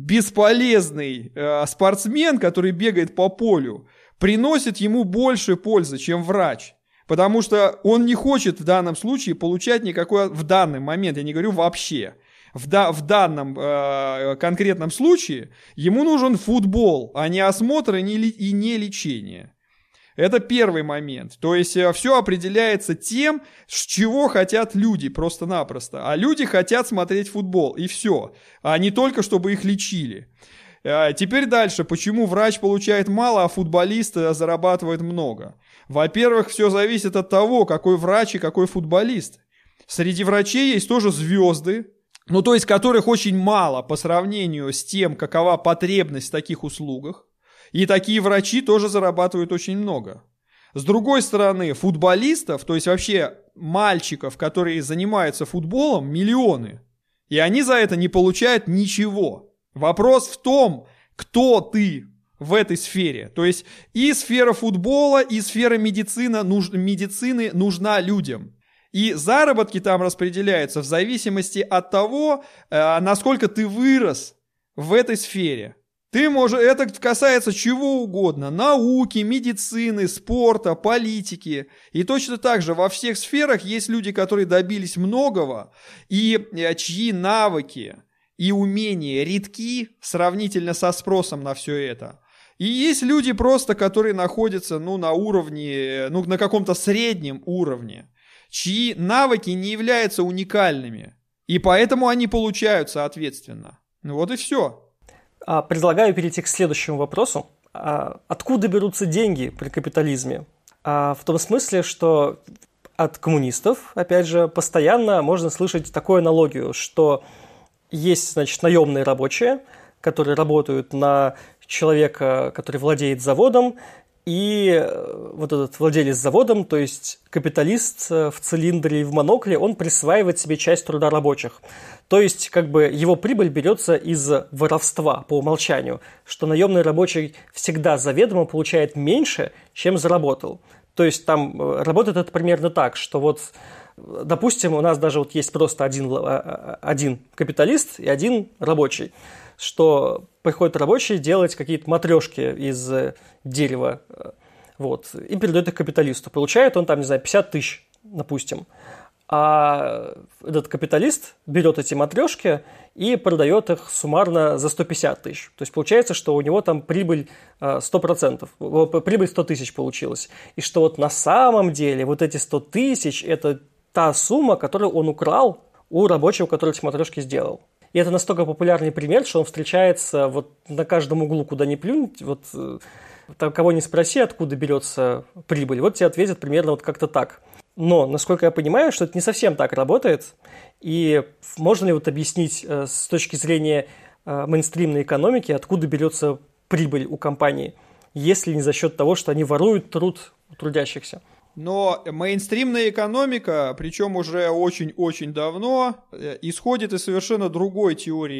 бесполезный спортсмен, который бегает по полю, приносит ему больше пользы, чем врач. Потому что он не хочет в данном случае получать никакой... В данный момент, я не говорю вообще. В данном конкретном случае ему нужен футбол, а не осмотр и не лечение. Это первый момент. То есть все определяется тем, с чего хотят люди просто-напросто. А люди хотят смотреть футбол, и все. А не только, чтобы их лечили. Теперь дальше. Почему врач получает мало, а футболист зарабатывает много? Во-первых, все зависит от того, какой врач и какой футболист. Среди врачей есть тоже звезды, ну то есть которых очень мало по сравнению с тем, какова потребность в таких услугах. И такие врачи тоже зарабатывают очень много. С другой стороны, футболистов, то есть вообще мальчиков, которые занимаются футболом, миллионы. И они за это не получают ничего. Вопрос в том, кто ты в этой сфере. То есть и сфера футбола, и сфера медицины нужна людям. И заработки там распределяются в зависимости от того, насколько ты вырос в этой сфере. Это касается чего угодно. Науки, медицины, спорта, политики. И точно так же во всех сферах есть люди, которые добились многого, и чьи навыки и умения редки сравнительно со спросом на все это. И есть люди просто, которые находятся на уровне, на каком-то среднем уровне, чьи навыки не являются уникальными. И поэтому они получают соответственно. Вот и все. Предлагаю перейти к следующему вопросу. Откуда берутся деньги при капитализме? В том смысле, что от коммунистов, опять же, постоянно можно слышать такую аналогию, что есть, значит, наемные рабочие, которые работают на человека, который владеет заводом, и вот этот владелец заводом, то есть капиталист в цилиндре и в монокле, он присваивает себе часть труда рабочих. То есть, как бы, его прибыль берется из воровства по умолчанию, что наемный рабочий всегда заведомо получает меньше, чем заработал. То есть, там работает это примерно так, что вот, допустим, у нас даже вот есть просто один капиталист и один рабочий, что приходит рабочий делать какие-то матрешки из дерева, вот, и передает их капиталисту. Получает он там, не знаю, 50 тысяч, допустим. А этот капиталист берет эти матрешки и продает их суммарно за 150 тысяч. То есть получается, что у него там прибыль 100%, прибыль 100 тысяч получилась. И что вот на самом деле вот эти 100 тысяч – это та сумма, которую он украл у рабочего, который эти матрешки сделал. И это настолько популярный пример, что он встречается вот на каждом углу, куда ни плюнь, вот там, кого не спроси, откуда берется прибыль, вот тебе ответят примерно вот как-то так. Но, насколько я понимаю, что это не совсем так работает, и можно ли вот объяснить с точки зрения мейнстримной экономики, откуда берется прибыль у компании, если не за счет того, что они воруют труд у трудящихся? Но мейнстримная экономика, причем уже очень-очень давно, исходит из совершенно другой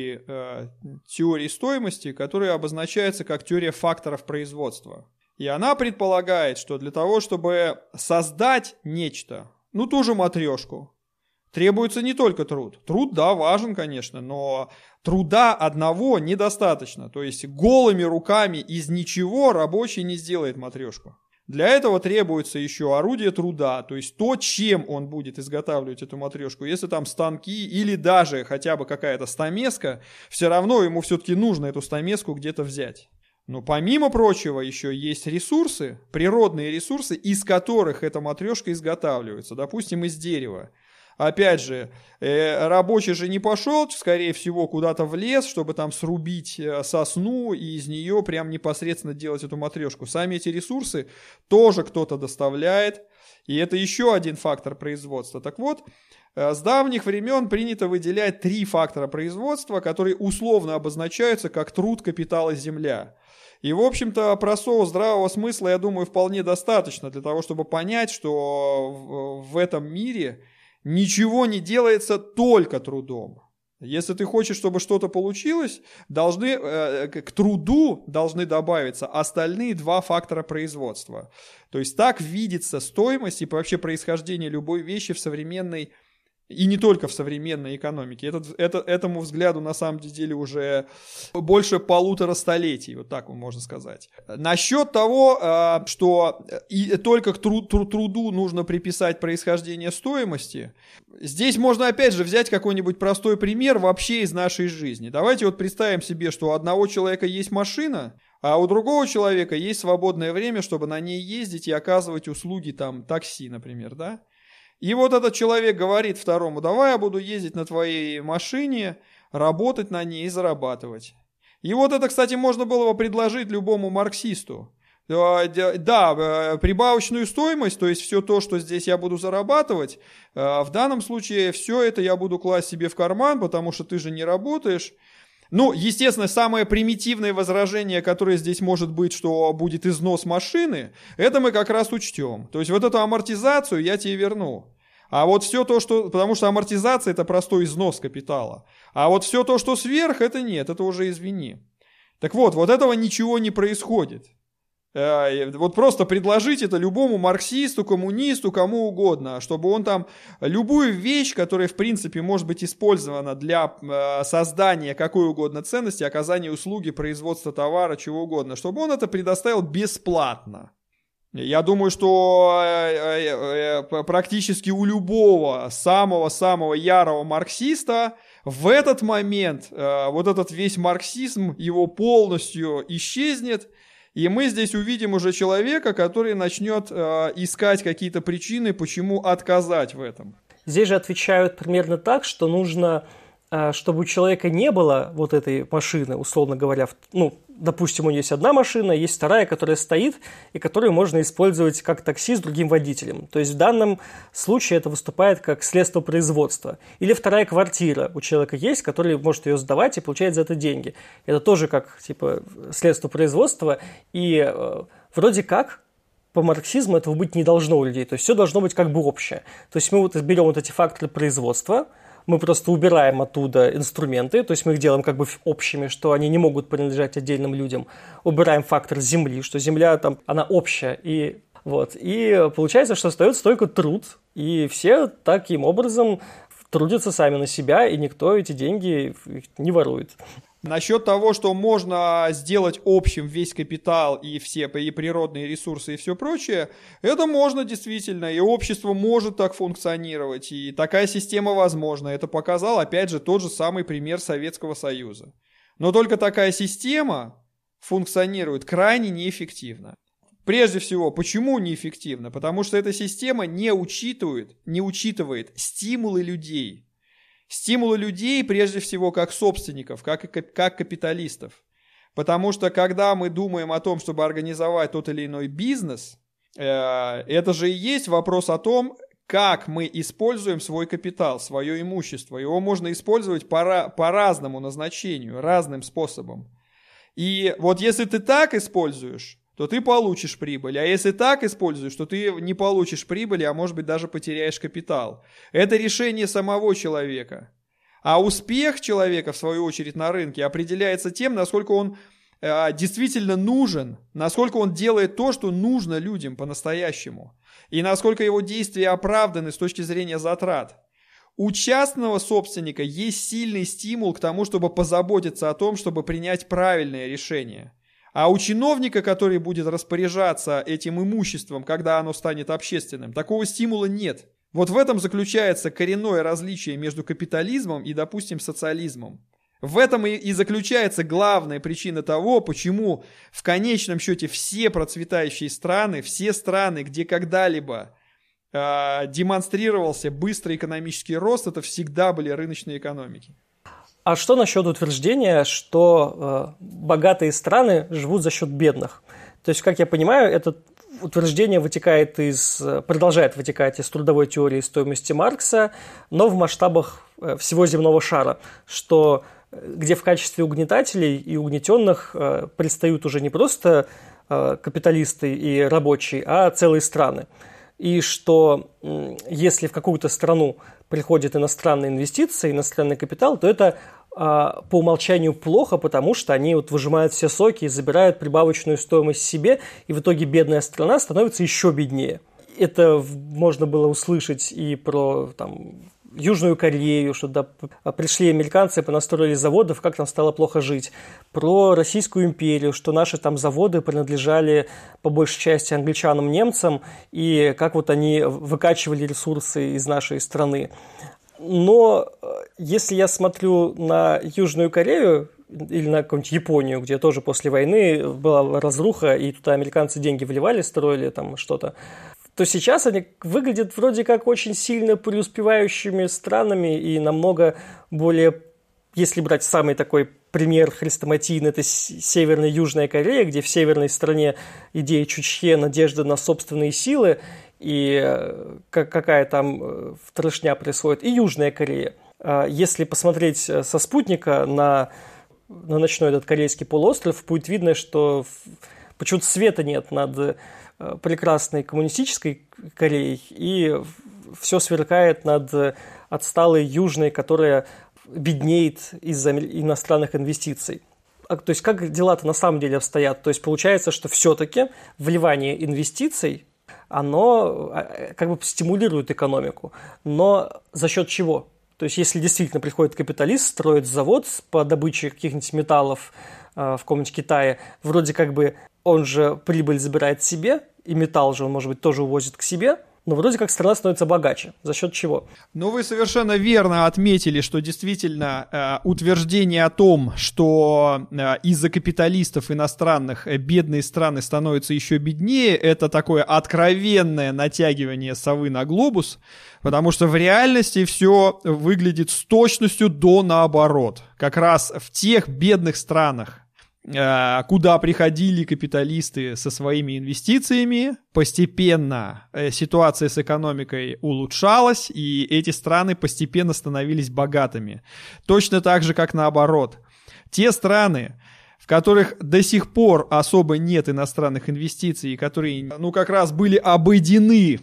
теории стоимости, которая обозначается как теория факторов производства. И она предполагает, что для того, чтобы создать нечто, ту же матрешку, требуется не только труд. Труд, да, важен, конечно, но труда одного недостаточно. То есть голыми руками из ничего рабочий не сделает матрешку. Для этого требуется еще орудие труда, то есть то, чем он будет изготавливать эту матрешку. Если там станки или даже хотя бы какая-то стамеска, все равно ему все-таки нужно эту стамеску где-то взять. Но помимо прочего еще есть ресурсы, природные ресурсы, из которых эта матрешка изготавливается, допустим, из дерева. Опять же, рабочий же не пошел, скорее всего, куда-то в лес, чтобы там срубить сосну и из нее прям непосредственно делать эту матрешку. Сами эти ресурсы тоже кто-то доставляет, и это еще один фактор производства. Так вот, с давних времен принято выделять 3 фактора производства, которые условно обозначаются как труд, капитал и земля. И, в общем-то, простого здравого смысла, я думаю, вполне достаточно для того, чтобы понять, что в этом мире ничего не делается только трудом. Если ты хочешь, чтобы что-то получилось, к труду должны добавиться остальные 2 фактора производства. То есть так видится стоимость и вообще происхождение любой вещи в современной, и не только в современной экономике. Этому взгляду на самом деле уже больше 1,5 столетий, вот так можно сказать. Насчет того, что только к труду нужно приписать происхождение стоимости, здесь можно опять же взять какой-нибудь простой пример вообще из нашей жизни. Давайте вот представим себе, что у одного человека есть машина, а у другого человека есть свободное время, чтобы на ней ездить и оказывать услуги там такси, например, да? И вот этот человек говорит второму: давай я буду ездить на твоей машине, работать на ней и зарабатывать. И вот это, кстати, можно было бы предложить любому марксисту. Да, прибавочную стоимость, то есть все то, что здесь я буду зарабатывать, в данном случае все это я буду класть себе в карман, потому что ты же не работаешь. Естественно, самое примитивное возражение, которое здесь может быть, что будет износ машины, это мы как раз учтем. То есть вот эту амортизацию я тебе верну. А вот все то, что... Потому что амортизация – это простой износ капитала. А вот все то, что сверх, это нет, это уже извини. Так вот этого ничего не происходит. Вот просто предложить это любому марксисту, коммунисту, кому угодно, чтобы он там любую вещь, которая в принципе может быть использована для создания какой угодно ценности, оказания услуги, производства товара, чего угодно, чтобы он это предоставил бесплатно. Я думаю, что практически у любого самого-самого ярого марксиста в этот момент вот этот весь марксизм его полностью исчезнет, и мы здесь увидим уже человека, который начнет искать какие-то причины, почему отказать в этом. Здесь же отвечают примерно так, что нужно, чтобы у человека не было вот этой машины, условно говоря, допустим, у него есть одна машина, есть вторая, которая стоит, и которую можно использовать как такси с другим водителем. То есть в данном случае это выступает как средство производства. Или вторая квартира у человека есть, который может ее сдавать и получает за это деньги. Это тоже как средство производства. И вроде как по марксизму этого быть не должно у людей. То есть все должно быть как бы общее. То есть мы берем вот эти факторы производства, мы просто убираем оттуда инструменты, то есть мы их делаем как бы общими, что они не могут принадлежать отдельным людям. Убираем фактор земли, что земля там, она общая. И получается, что остается только труд. И все таким образом трудятся сами на себя, и никто эти деньги не ворует. Насчет того, что можно сделать общим весь капитал и все и природные ресурсы и все прочее, это можно действительно, и общество может так функционировать, и такая система возможна. Это показал, опять же, тот же самый пример Советского Союза. Но только такая система функционирует крайне неэффективно. Прежде всего, почему неэффективно? Потому что эта система не учитывает стимулы людей. Стимулы людей, прежде всего, как собственников, как капиталистов. Потому что, когда мы думаем о том, чтобы организовать тот или иной бизнес, это же и есть вопрос о том, как мы используем свой капитал, свое имущество. Его можно использовать по разному назначению, разным способом. И вот если ты так используешь, то ты получишь прибыль. А если так используешь, то ты не получишь прибыли, а может быть даже потеряешь капитал. Это решение самого человека. А успех человека, в свою очередь, на рынке определяется тем, насколько он действительно нужен, насколько он делает то, что нужно людям по-настоящему, и насколько его действия оправданы с точки зрения затрат. У частного собственника есть сильный стимул к тому, чтобы позаботиться о том, чтобы принять правильное решение. А у чиновника, который будет распоряжаться этим имуществом, когда оно станет общественным, такого стимула нет. Вот в этом заключается коренное различие между капитализмом и, допустим, социализмом. В этом и заключается главная причина того, почему в конечном счете все процветающие страны, все страны, где когда-либо демонстрировался быстрый экономический рост, это всегда были рыночные экономики. А что насчет утверждения, что богатые страны живут за счет бедных? То есть, как я понимаю, это утверждение продолжает вытекать из трудовой теории стоимости Маркса, но в масштабах всего земного шара, где в качестве угнетателей и угнетенных предстают уже не просто капиталисты и рабочие, а целые страны. И что если в какую-то страну приходят иностранные инвестиции, иностранный капитал, то это по умолчанию плохо, потому что они выжимают все соки и забирают прибавочную стоимость себе, и в итоге бедная страна становится еще беднее. Это можно было услышать и про Южную Корею, что пришли американцы, понастроили заводов, как там стало плохо жить. Про Российскую империю, что наши заводы принадлежали по большей части англичанам, немцам, и как они выкачивали ресурсы из нашей страны. Но если я смотрю на Южную Корею или на какую-нибудь Японию, где тоже после войны была разруха, и туда американцы деньги вливали, строили что-то, то сейчас они выглядят вроде как очень сильно преуспевающими странами и намного более, если брать самый такой пример хрестоматийный, это Северная и Южная Корея, где в северной стране идея Чучхе, надежда на собственные силы, и какая там трешня происходит, и Южная Корея. Если посмотреть со спутника на ночной этот корейский полуостров, будет видно, что почему-то света нет над прекрасной коммунистической Кореей и все сверкает над отсталой южной, которая беднеет из-за иностранных инвестиций. То есть как дела-то на самом деле обстоят? То есть получается, что все-таки вливание инвестиций, оно как бы стимулирует экономику. Но за счет чего? То есть если действительно приходит капиталист, строит завод по добыче каких-нибудь металлов в каком-нибудь Китае, вроде как бы он же прибыль забирает себе, и металл же он, может быть, тоже увозит к себе, но вроде как страна становится богаче. За счет чего? Ну, вы совершенно верно отметили, что действительно утверждение о том, что из-за капиталистов иностранных бедные страны становятся еще беднее, это такое откровенное натягивание совы на глобус, потому что в реальности все выглядит с точностью до наоборот. Как раз в тех бедных странах, куда приходили капиталисты со своими инвестициями, постепенно ситуация с экономикой улучшалась, и эти страны постепенно становились богатыми. Точно так же, как наоборот. Те страны, в которых до сих пор особо нет иностранных инвестиций, которые, как раз были обделены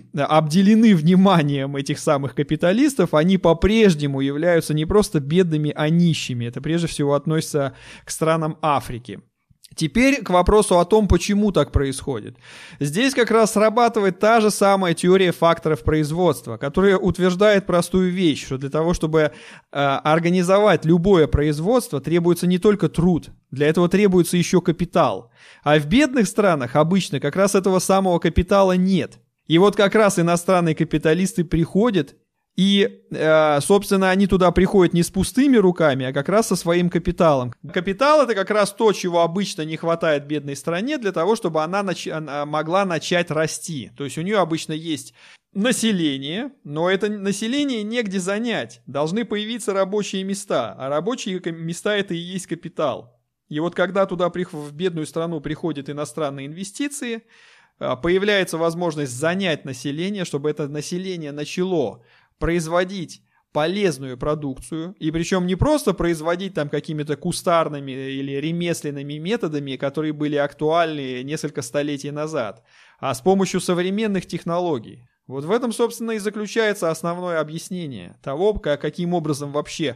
вниманием этих самых капиталистов, они по-прежнему являются не просто бедными, а нищими. Это прежде всего относится к странам Африки. Теперь к вопросу о том, почему так происходит. Здесь как раз срабатывает та же самая теория факторов производства, которая утверждает простую вещь, что для того, чтобы организовать любое производство, требуется не только труд, для этого требуется еще капитал. А в бедных странах обычно как раз этого самого капитала нет. И вот как раз иностранные капиталисты приходят, и, собственно, они туда приходят не с пустыми руками, а как раз со своим капиталом. Капитал — это как раз то, чего обычно не хватает бедной стране для того, чтобы она могла начать расти. То есть у нее обычно есть население, но это население негде занять. Должны появиться рабочие места, а рабочие места — это и есть капитал. И вот когда туда в бедную страну приходят иностранные инвестиции, появляется возможность занять население, чтобы это население начало производить полезную продукцию, и причем не просто производить там какими-то кустарными или ремесленными методами, которые были актуальны несколько столетий назад, а с помощью современных технологий. Вот в этом, собственно, и заключается основное объяснение того, каким образом вообще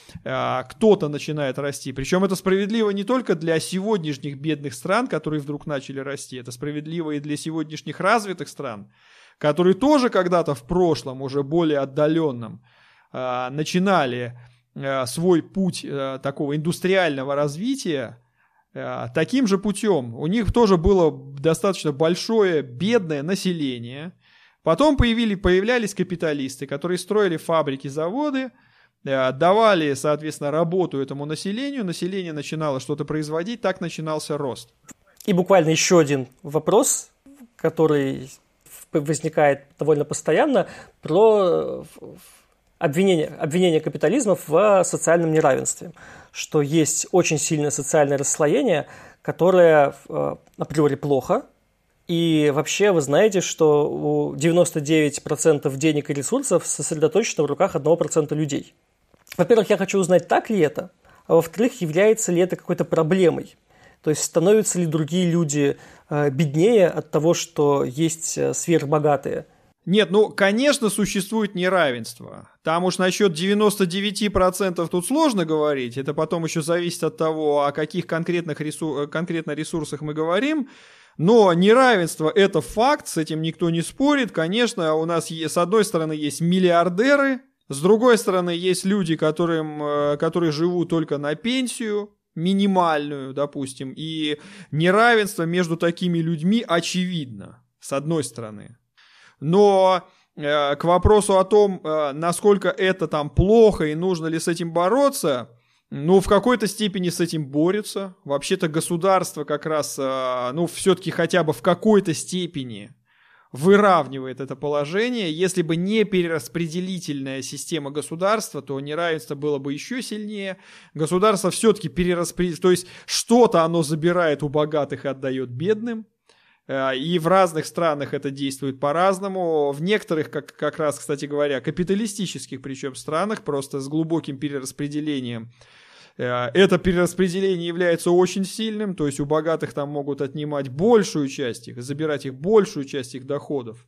кто-то начинает расти. Причем это справедливо не только для сегодняшних бедных стран, которые вдруг начали расти, это справедливо и для сегодняшних развитых стран, которые тоже когда-то в прошлом, уже более отдаленном, начинали свой путь такого индустриального развития таким же путем. У них тоже было достаточно большое бедное население. Потом появлялись капиталисты, которые строили фабрики, заводы, давали, соответственно, работу этому населению. Население начинало что-то производить, так начинался рост. И буквально еще один вопрос, который возникает довольно постоянно, про обвинение капитализма в социальном неравенстве, что есть очень сильное социальное расслоение, которое априори плохо, и вообще вы знаете, что у 99% денег и ресурсов сосредоточено в руках 1% людей. Во-первых, я хочу узнать, так ли это, а во-вторых, является ли это какой-то проблемой. То есть становятся ли другие люди беднее от того, что есть сверхбогатые? Нет, конечно, существует неравенство. Там уж насчет 99% тут сложно говорить. Это потом еще зависит от того, о каких конкретно ресурсах мы говорим. Но неравенство – это факт, с этим никто не спорит. Конечно, у нас с одной стороны есть миллиардеры, с другой стороны есть люди, которые живут только на пенсию, минимальную, допустим, и неравенство между такими людьми очевидно, с одной стороны. Но к вопросу о том, насколько это там плохо и нужно ли с этим бороться, в какой-то степени с этим борются. Вообще-то государство как раз, все-таки хотя бы в какой-то степени выравнивает это положение. Если бы не перераспределительная система государства, то неравенство было бы еще сильнее. Государство все-таки перераспределяет, то есть что-то оно забирает у богатых и отдает бедным. И в разных странах это действует по-разному. В некоторых, как раз, кстати говоря, капиталистических причем странах, просто с глубоким перераспределением, это перераспределение является очень сильным, то есть у богатых там могут отнимать большую часть их, забирать их большую часть их доходов,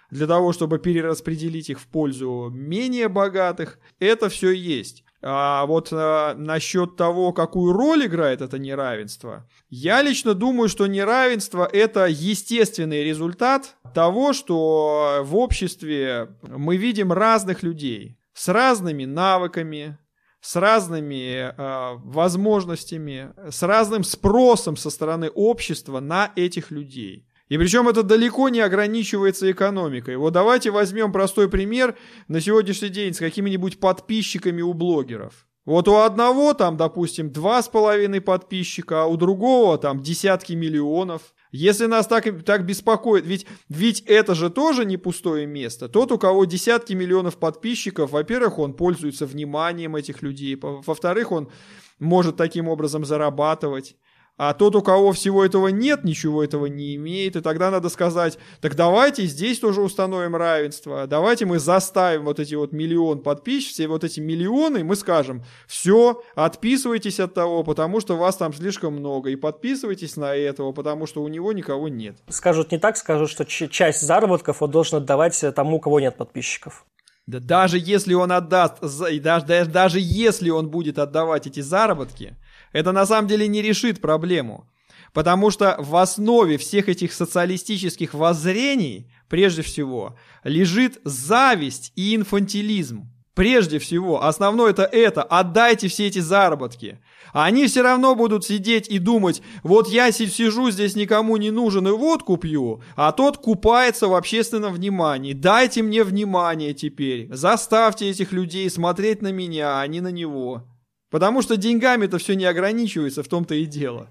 для того, чтобы перераспределить их в пользу менее богатых, это все есть. А вот насчет того, какую роль играет это неравенство, я лично думаю, что неравенство – это естественный результат того, что в обществе мы видим разных людей с разными навыками, с разными возможностями, с разным спросом со стороны общества на этих людей. И причем это далеко не ограничивается экономикой. Вот давайте возьмем простой пример на сегодняшний день с какими-нибудь подписчиками у блогеров. Вот у одного там, допустим, 2,5 подписчика, а у другого там десятки миллионов. Если нас так беспокоит, ведь это же тоже не пустое место. Тот, у кого десятки миллионов подписчиков, во-первых, он пользуется вниманием этих людей, во-вторых, он может таким образом зарабатывать. А тот, у кого всего этого нет, ничего этого не имеет, и тогда надо сказать, так давайте здесь тоже установим равенство, давайте мы заставим вот эти вот миллион подписчиков, все вот эти миллионы, мы скажем, все, отписывайтесь от того, потому что вас там слишком много, и подписывайтесь на этого, потому что у него никого нет. Скажут не так, скажут, что часть заработков он должен отдавать тому, у кого нет подписчиков. Да даже если он отдаст, даже если он будет отдавать эти заработки, это на самом деле не решит проблему. Потому что в основе всех этих социалистических воззрений, прежде всего, лежит зависть и инфантилизм. Прежде всего, основное это, отдайте все эти заработки. А они все равно будут сидеть и думать, вот я сижу здесь никому не нужен и водку пью, а тот купается в общественном внимании. Дайте мне внимание теперь, заставьте этих людей смотреть на меня, а не на него. Потому что деньгами-то все не ограничивается, в том-то и дело.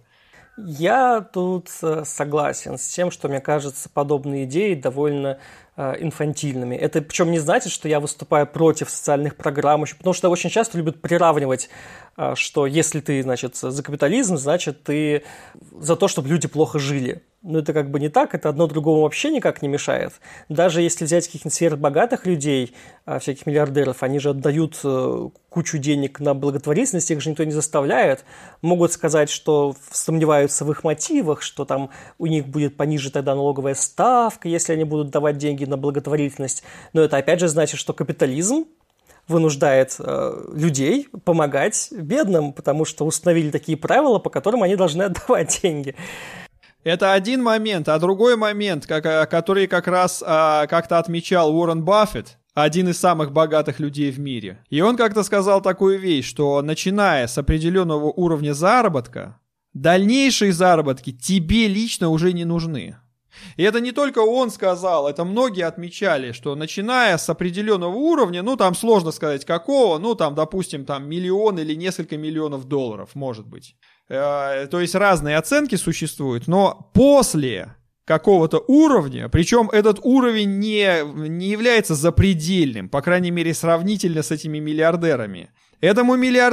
Я тут согласен с тем, что, мне кажется, подобные идеи довольно инфантильными. Это причем не значит, что я выступаю против социальных программ, потому что очень часто любят приравнивать, что если ты, значит, за капитализм, значит, ты за то, чтобы люди плохо жили. Но это как бы не так, это одно другому вообще никак не мешает. Даже если взять каких-нибудь сверхбогатых людей, всяких миллиардеров, они же отдают кучу денег на благотворительность, их же никто не заставляет. Могут сказать, что сомневаются в их мотивах, что там у них будет пониже тогда налоговая ставка, если они будут давать деньги на благотворительность. Но это опять же значит, что капитализм вынуждает людей помогать бедным, потому что установили такие правила, по которым они должны отдавать деньги. Это один момент, а другой момент, который как раз как-то отмечал Уоррен Баффет, один из самых богатых людей в мире. И он как-то сказал такую вещь, что начиная с определенного уровня заработка, дальнейшие заработки тебе лично уже не нужны. И это не только он сказал, это многие отмечали, что начиная с определенного уровня, ну там сложно сказать какого, ну там, допустим, там миллион или несколько миллионов долларов, может быть. То есть разные оценки существуют, но после какого-то уровня, причем этот уровень не является запредельным, по крайней мере сравнительно с этими миллиардерами. Этому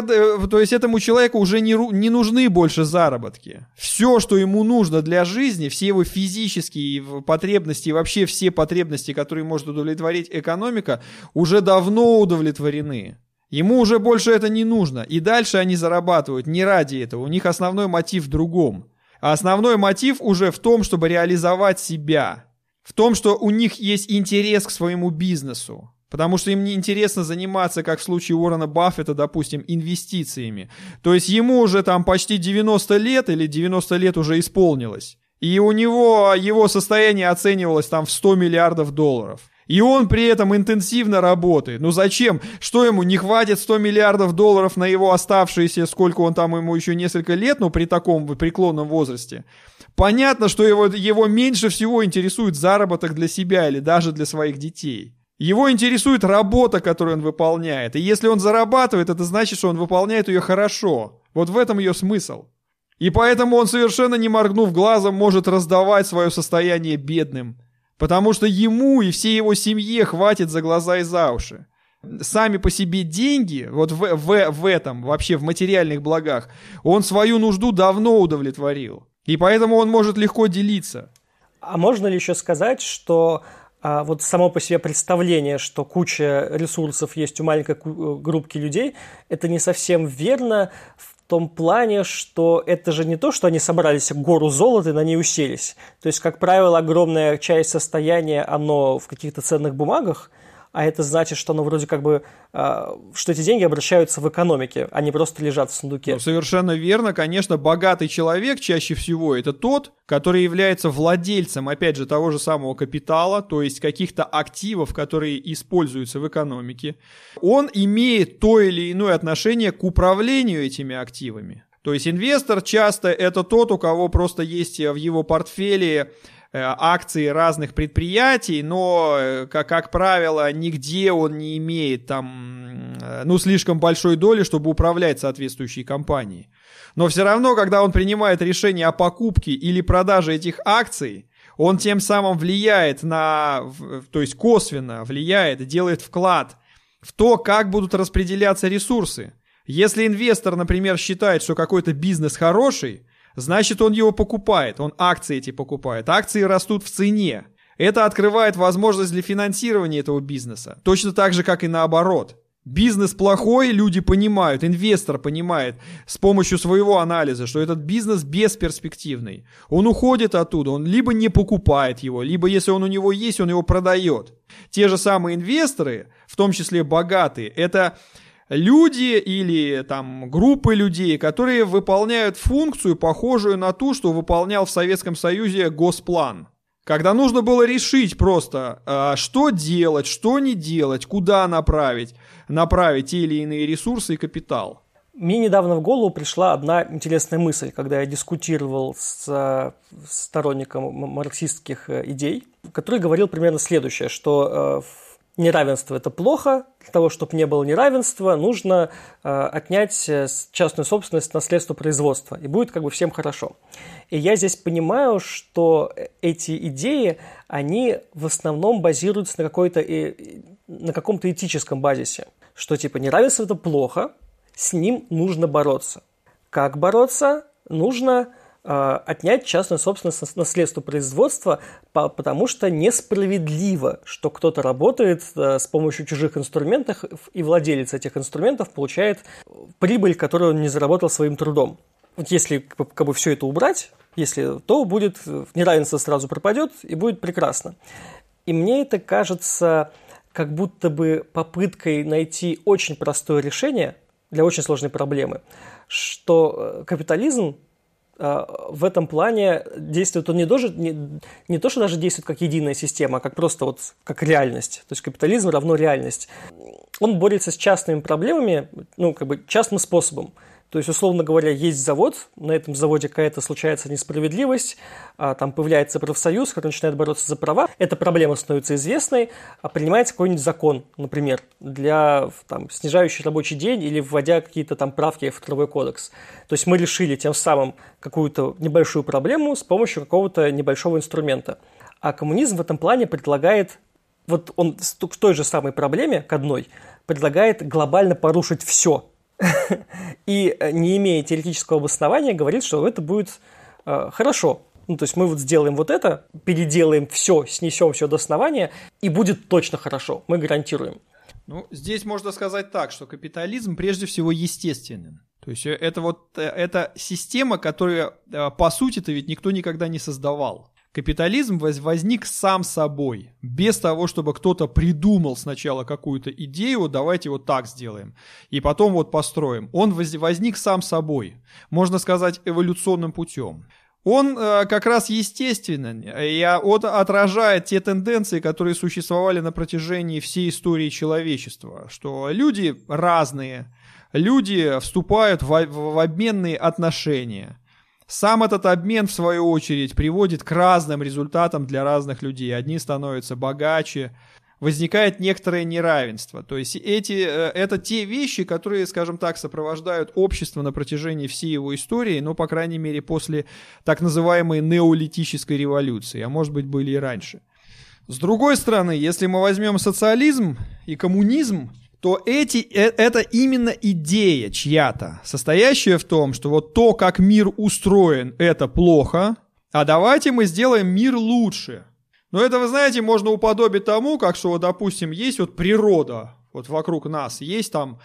человеку уже не нужны больше заработки. Все, что ему нужно для жизни, все его физические потребности и вообще все потребности, которые может удовлетворить экономика, уже давно удовлетворены. Ему уже больше это не нужно. И дальше они зарабатывают не ради этого. У них основной мотив в другом. А основной мотив уже в том, чтобы реализовать себя. В том, что у них есть интерес к своему бизнесу. Потому что им не интересно заниматься, как в случае Уоррена Баффета, допустим, инвестициями. То есть ему уже там почти 90 лет или 90 лет уже исполнилось. И у него его состояние оценивалось там в 100 миллиардов долларов. И он при этом интенсивно работает. Ну зачем? Что ему, не хватит 100 миллиардов долларов на его оставшиеся, сколько он там, ему еще несколько лет, ну при таком преклонном возрасте? Понятно, что его меньше всего интересует заработок для себя или даже для своих детей. Его интересует работа, которую он выполняет. И если он зарабатывает, это значит, что он выполняет ее хорошо. Вот в этом ее смысл. И поэтому он, совершенно не моргнув глазом, может раздавать свое состояние бедным. Потому что ему и всей его семье хватит за глаза и за уши. Сами по себе деньги, вот в этом, вообще в материальных благах, он свою нужду давно удовлетворил. И поэтому он может легко делиться. А можно ли еще сказать, что вот само по себе представление, что куча ресурсов есть у маленькой группки людей, это не совсем верно в том плане, что это же не то, что они собрали себе гору золота и на ней уселись. То есть, как правило, огромная часть состояния, оно в каких-то ценных бумагах, а это значит, что оно вроде как бы, что эти деньги обращаются в экономике, а не просто лежат в сундуке. Ну, совершенно верно. Конечно, богатый человек чаще всего это тот, который является владельцем, опять же, того же самого капитала, то есть каких-то активов, которые используются в экономике. Он имеет то или иное отношение к управлению этими активами. То есть инвестор часто это тот, у кого просто есть в его портфеле акции разных предприятий, но, как правило, нигде он не имеет там, слишком большой доли, чтобы управлять соответствующей компанией. Но все равно, когда он принимает решение о покупке или продаже этих акций, он тем самым влияет то есть косвенно влияет, делает вклад в то, как будут распределяться ресурсы. Если инвестор, например, считает, что какой-то бизнес хороший, значит, он его покупает, он акции эти покупает. Акции растут в цене. Это открывает возможность для финансирования этого бизнеса. Точно так же, как и наоборот. Бизнес плохой, люди понимают, инвестор понимает с помощью своего анализа, что этот бизнес бесперспективный. Он уходит оттуда, он либо не покупает его, либо если он у него есть, он его продает. Те же самые инвесторы, в том числе богатые, это люди или там группы людей, которые выполняют функцию, похожую на ту, что выполнял в Советском Союзе Госплан. Когда нужно было решить просто, что делать, что не делать, куда направить те или иные ресурсы и капитал. Мне недавно в голову пришла одна интересная мысль, когда я дискутировал с сторонником марксистских идей, который говорил примерно следующее, что неравенство – это плохо. Для того, чтобы не было неравенства, нужно отнять частную собственность, наследство производства, и будет как бы всем хорошо. И я здесь понимаю, что эти идеи, они в основном базируются на каком-то этическом базисе, что типа неравенство – это плохо, с ним нужно бороться. Как бороться? Нужно отнять частную собственность, наследство производства, потому что несправедливо, что кто-то работает с помощью чужих инструментов, и владелец этих инструментов получает прибыль, которую он не заработал своим трудом. Вот если как бы все это убрать, то будет неравенство сразу пропадет, и будет прекрасно. И мне это кажется как будто бы попыткой найти очень простое решение для очень сложной проблемы, что капитализм в этом плане действует, он не то, что даже действует как единая система, а как просто как реальность. То есть капитализм равно реальность. Он борется с частными проблемами, частным способом. То есть, условно говоря, есть завод, на этом заводе какая-то случается несправедливость, там появляется профсоюз, который начинает бороться за права, эта проблема становится известной, принимается какой-нибудь закон, например, для снижающий рабочий день или вводя какие-то там правки в Трудовой кодекс. То есть мы решили тем самым какую-то небольшую проблему с помощью какого-то небольшого инструмента. А коммунизм в этом плане предлагает, он к той же самой проблеме, к одной, предлагает глобально порушить все. И, не имея теоретического обоснования, говорит, что это будет хорошо. То есть мы сделаем это, переделаем все, снесем все до основания, и будет точно хорошо, мы гарантируем. Здесь можно сказать так, что капитализм прежде всего естественен. То есть это система, которую, по сути-то, ведь никто никогда не создавал. Капитализм возник сам собой, без того, чтобы кто-то придумал сначала какую-то идею, давайте так сделаем, и потом построим. Он возник сам собой, можно сказать, эволюционным путем. Он как раз естественен и отражает те тенденции, которые существовали на протяжении всей истории человечества, что люди разные, люди вступают в обменные отношения. Сам этот обмен, в свою очередь, приводит к разным результатам для разных людей. Одни становятся богаче, возникает некоторое неравенство. То есть это те вещи, которые, скажем так, сопровождают общество на протяжении всей его истории, по крайней мере, после так называемой неолитической революции, а может быть, были и раньше. С другой стороны, если мы возьмем социализм и коммунизм, то это именно идея чья-то, состоящая в том, что то, как мир устроен, это плохо, а давайте мы сделаем мир лучше. Но это, вы знаете, можно уподобить тому, как что, допустим, есть природа, вокруг нас, есть там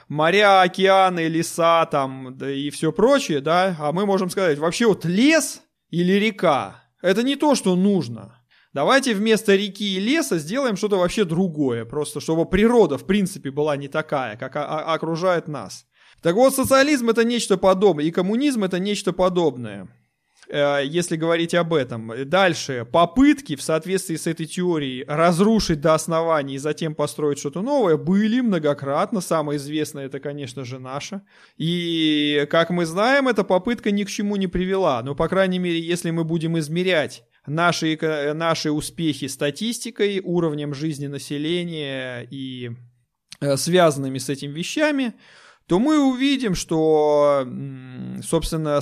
моря, океаны, леса там, да, и все прочее, да, а мы можем сказать, вообще вот лес или река, это не то, что нужно. Давайте вместо реки и леса сделаем что-то вообще другое, просто чтобы природа, в принципе, была не такая, как окружает нас. Так вот, социализм — это нечто подобное, и коммунизм — это нечто подобное, если говорить об этом. Дальше, попытки в соответствии с этой теорией разрушить до основания и затем построить что-то новое были многократно. Самое известное — это, конечно же, наша. И, как мы знаем, эта попытка ни к чему не привела. Но, по крайней мере, если мы будем измерять наши успехи статистикой, уровнем жизни населения и связанными с этим вещами, то мы увидим, что, собственно,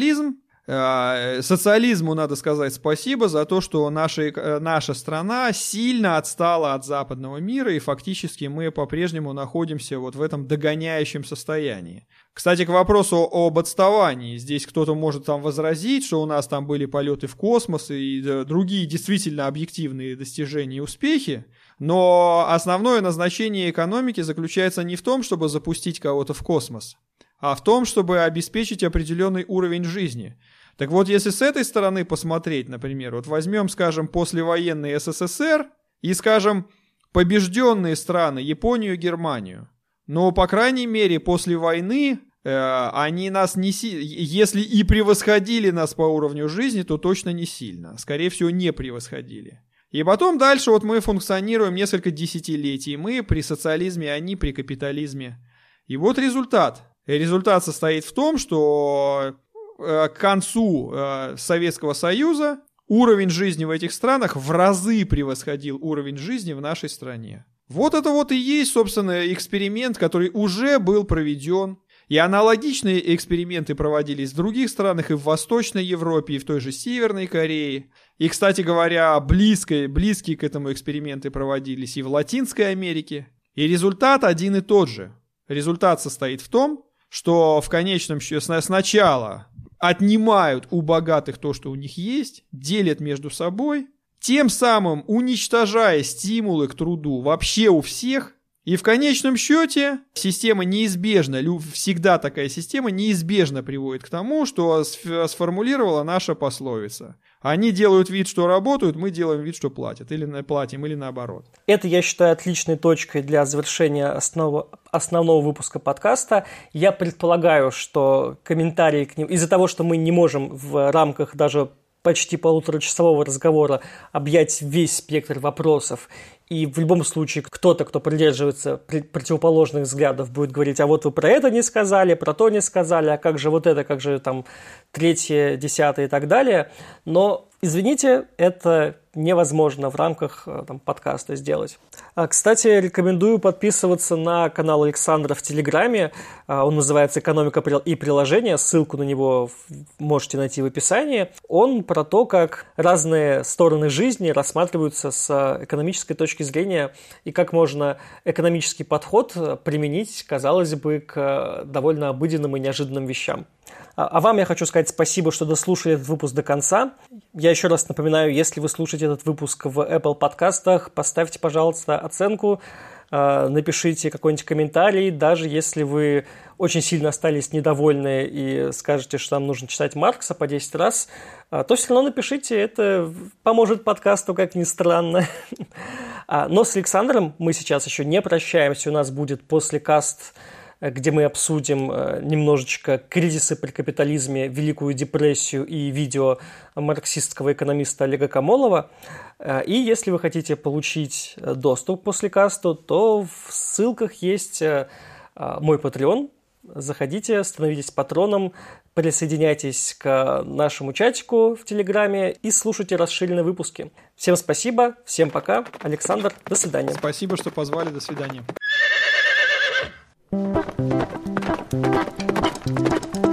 социализму надо сказать спасибо за то, что наша страна сильно отстала от западного мира, и фактически мы по-прежнему находимся вот в этом догоняющем состоянии. Кстати, к вопросу об отставании. Здесь кто-то может там возразить, что у нас там были полеты в космос и другие действительно объективные достижения и успехи, но основное назначение экономики заключается не в том, чтобы запустить кого-то в космос, а в том, чтобы обеспечить определенный уровень жизни. Так вот, если с этой стороны посмотреть, например, вот возьмем, скажем, послевоенный СССР и, скажем, побежденные страны, Японию, Германию, но, по крайней мере, после войны они нас если и превосходили нас по уровню жизни, то точно не сильно. Скорее всего, не превосходили. И потом дальше вот мы функционируем несколько десятилетий. Мы при социализме, они при капитализме. И вот результат. Результат состоит в том, что к концу Советского Союза уровень жизни в этих странах в разы превосходил уровень жизни в нашей стране. Вот это вот и есть, собственно, эксперимент, который уже был проведен. И аналогичные эксперименты проводились в других странах, и в Восточной Европе, и в той же Северной Корее. И, кстати говоря, близкие к этому эксперименты проводились и в Латинской Америке. И результат один и тот же. Результат состоит в том, что в конечном счете сначала отнимают у богатых то, что у них есть, делят между собой, тем самым уничтожая стимулы к труду вообще у всех. И в конечном счете система неизбежно, всегда такая система неизбежно приводит к тому, что сформулировала наша пословица. Они делают вид, что работают, мы делаем вид, что платят, или платим, или наоборот. Это, я считаю, отличной точкой для завершения основного выпуска подкаста. Я предполагаю, что комментарии к ним, из-за того, что мы не можем в рамках даже почти полуторачасового разговора объять весь спектр вопросов, и в любом случае кто-то, кто придерживается противоположных взглядов, будет говорить, а вот вы про это не сказали, про то не сказали, а как же вот это, как же там третье, десятое и так далее. Но, извините, это невозможно в рамках подкаста сделать. Кстати, рекомендую подписываться на канал Александра в Телеграме. Он называется «Экономика и приложения». Ссылку на него можете найти в описании. Он про то, как разные стороны жизни рассматриваются с экономической точки зрения и как можно экономический подход применить, казалось бы, к довольно обыденным и неожиданным вещам. А вам я хочу сказать спасибо, что дослушали этот выпуск до конца. Я еще раз напоминаю, если вы слушаете этот выпуск в Apple подкастах, поставьте, пожалуйста, оценку, напишите какой-нибудь комментарий, даже если вы очень сильно остались недовольны и скажете, что нам нужно читать Маркса по 10 раз, то все равно напишите, это поможет подкасту, как ни странно. Но с Александром мы сейчас еще не прощаемся, у нас будет послекаст, где мы обсудим немножечко кризисы при капитализме, Великую депрессию и видео марксистского экономиста Олега Камолова. И если вы хотите получить доступ к послекасту, то в ссылках есть мой Patreon. Заходите, становитесь патроном, присоединяйтесь к нашему чатику в Телеграме и слушайте расширенные выпуски. Всем спасибо, всем пока. Александр, до свидания. Спасибо, что позвали, до свидания. Thank you.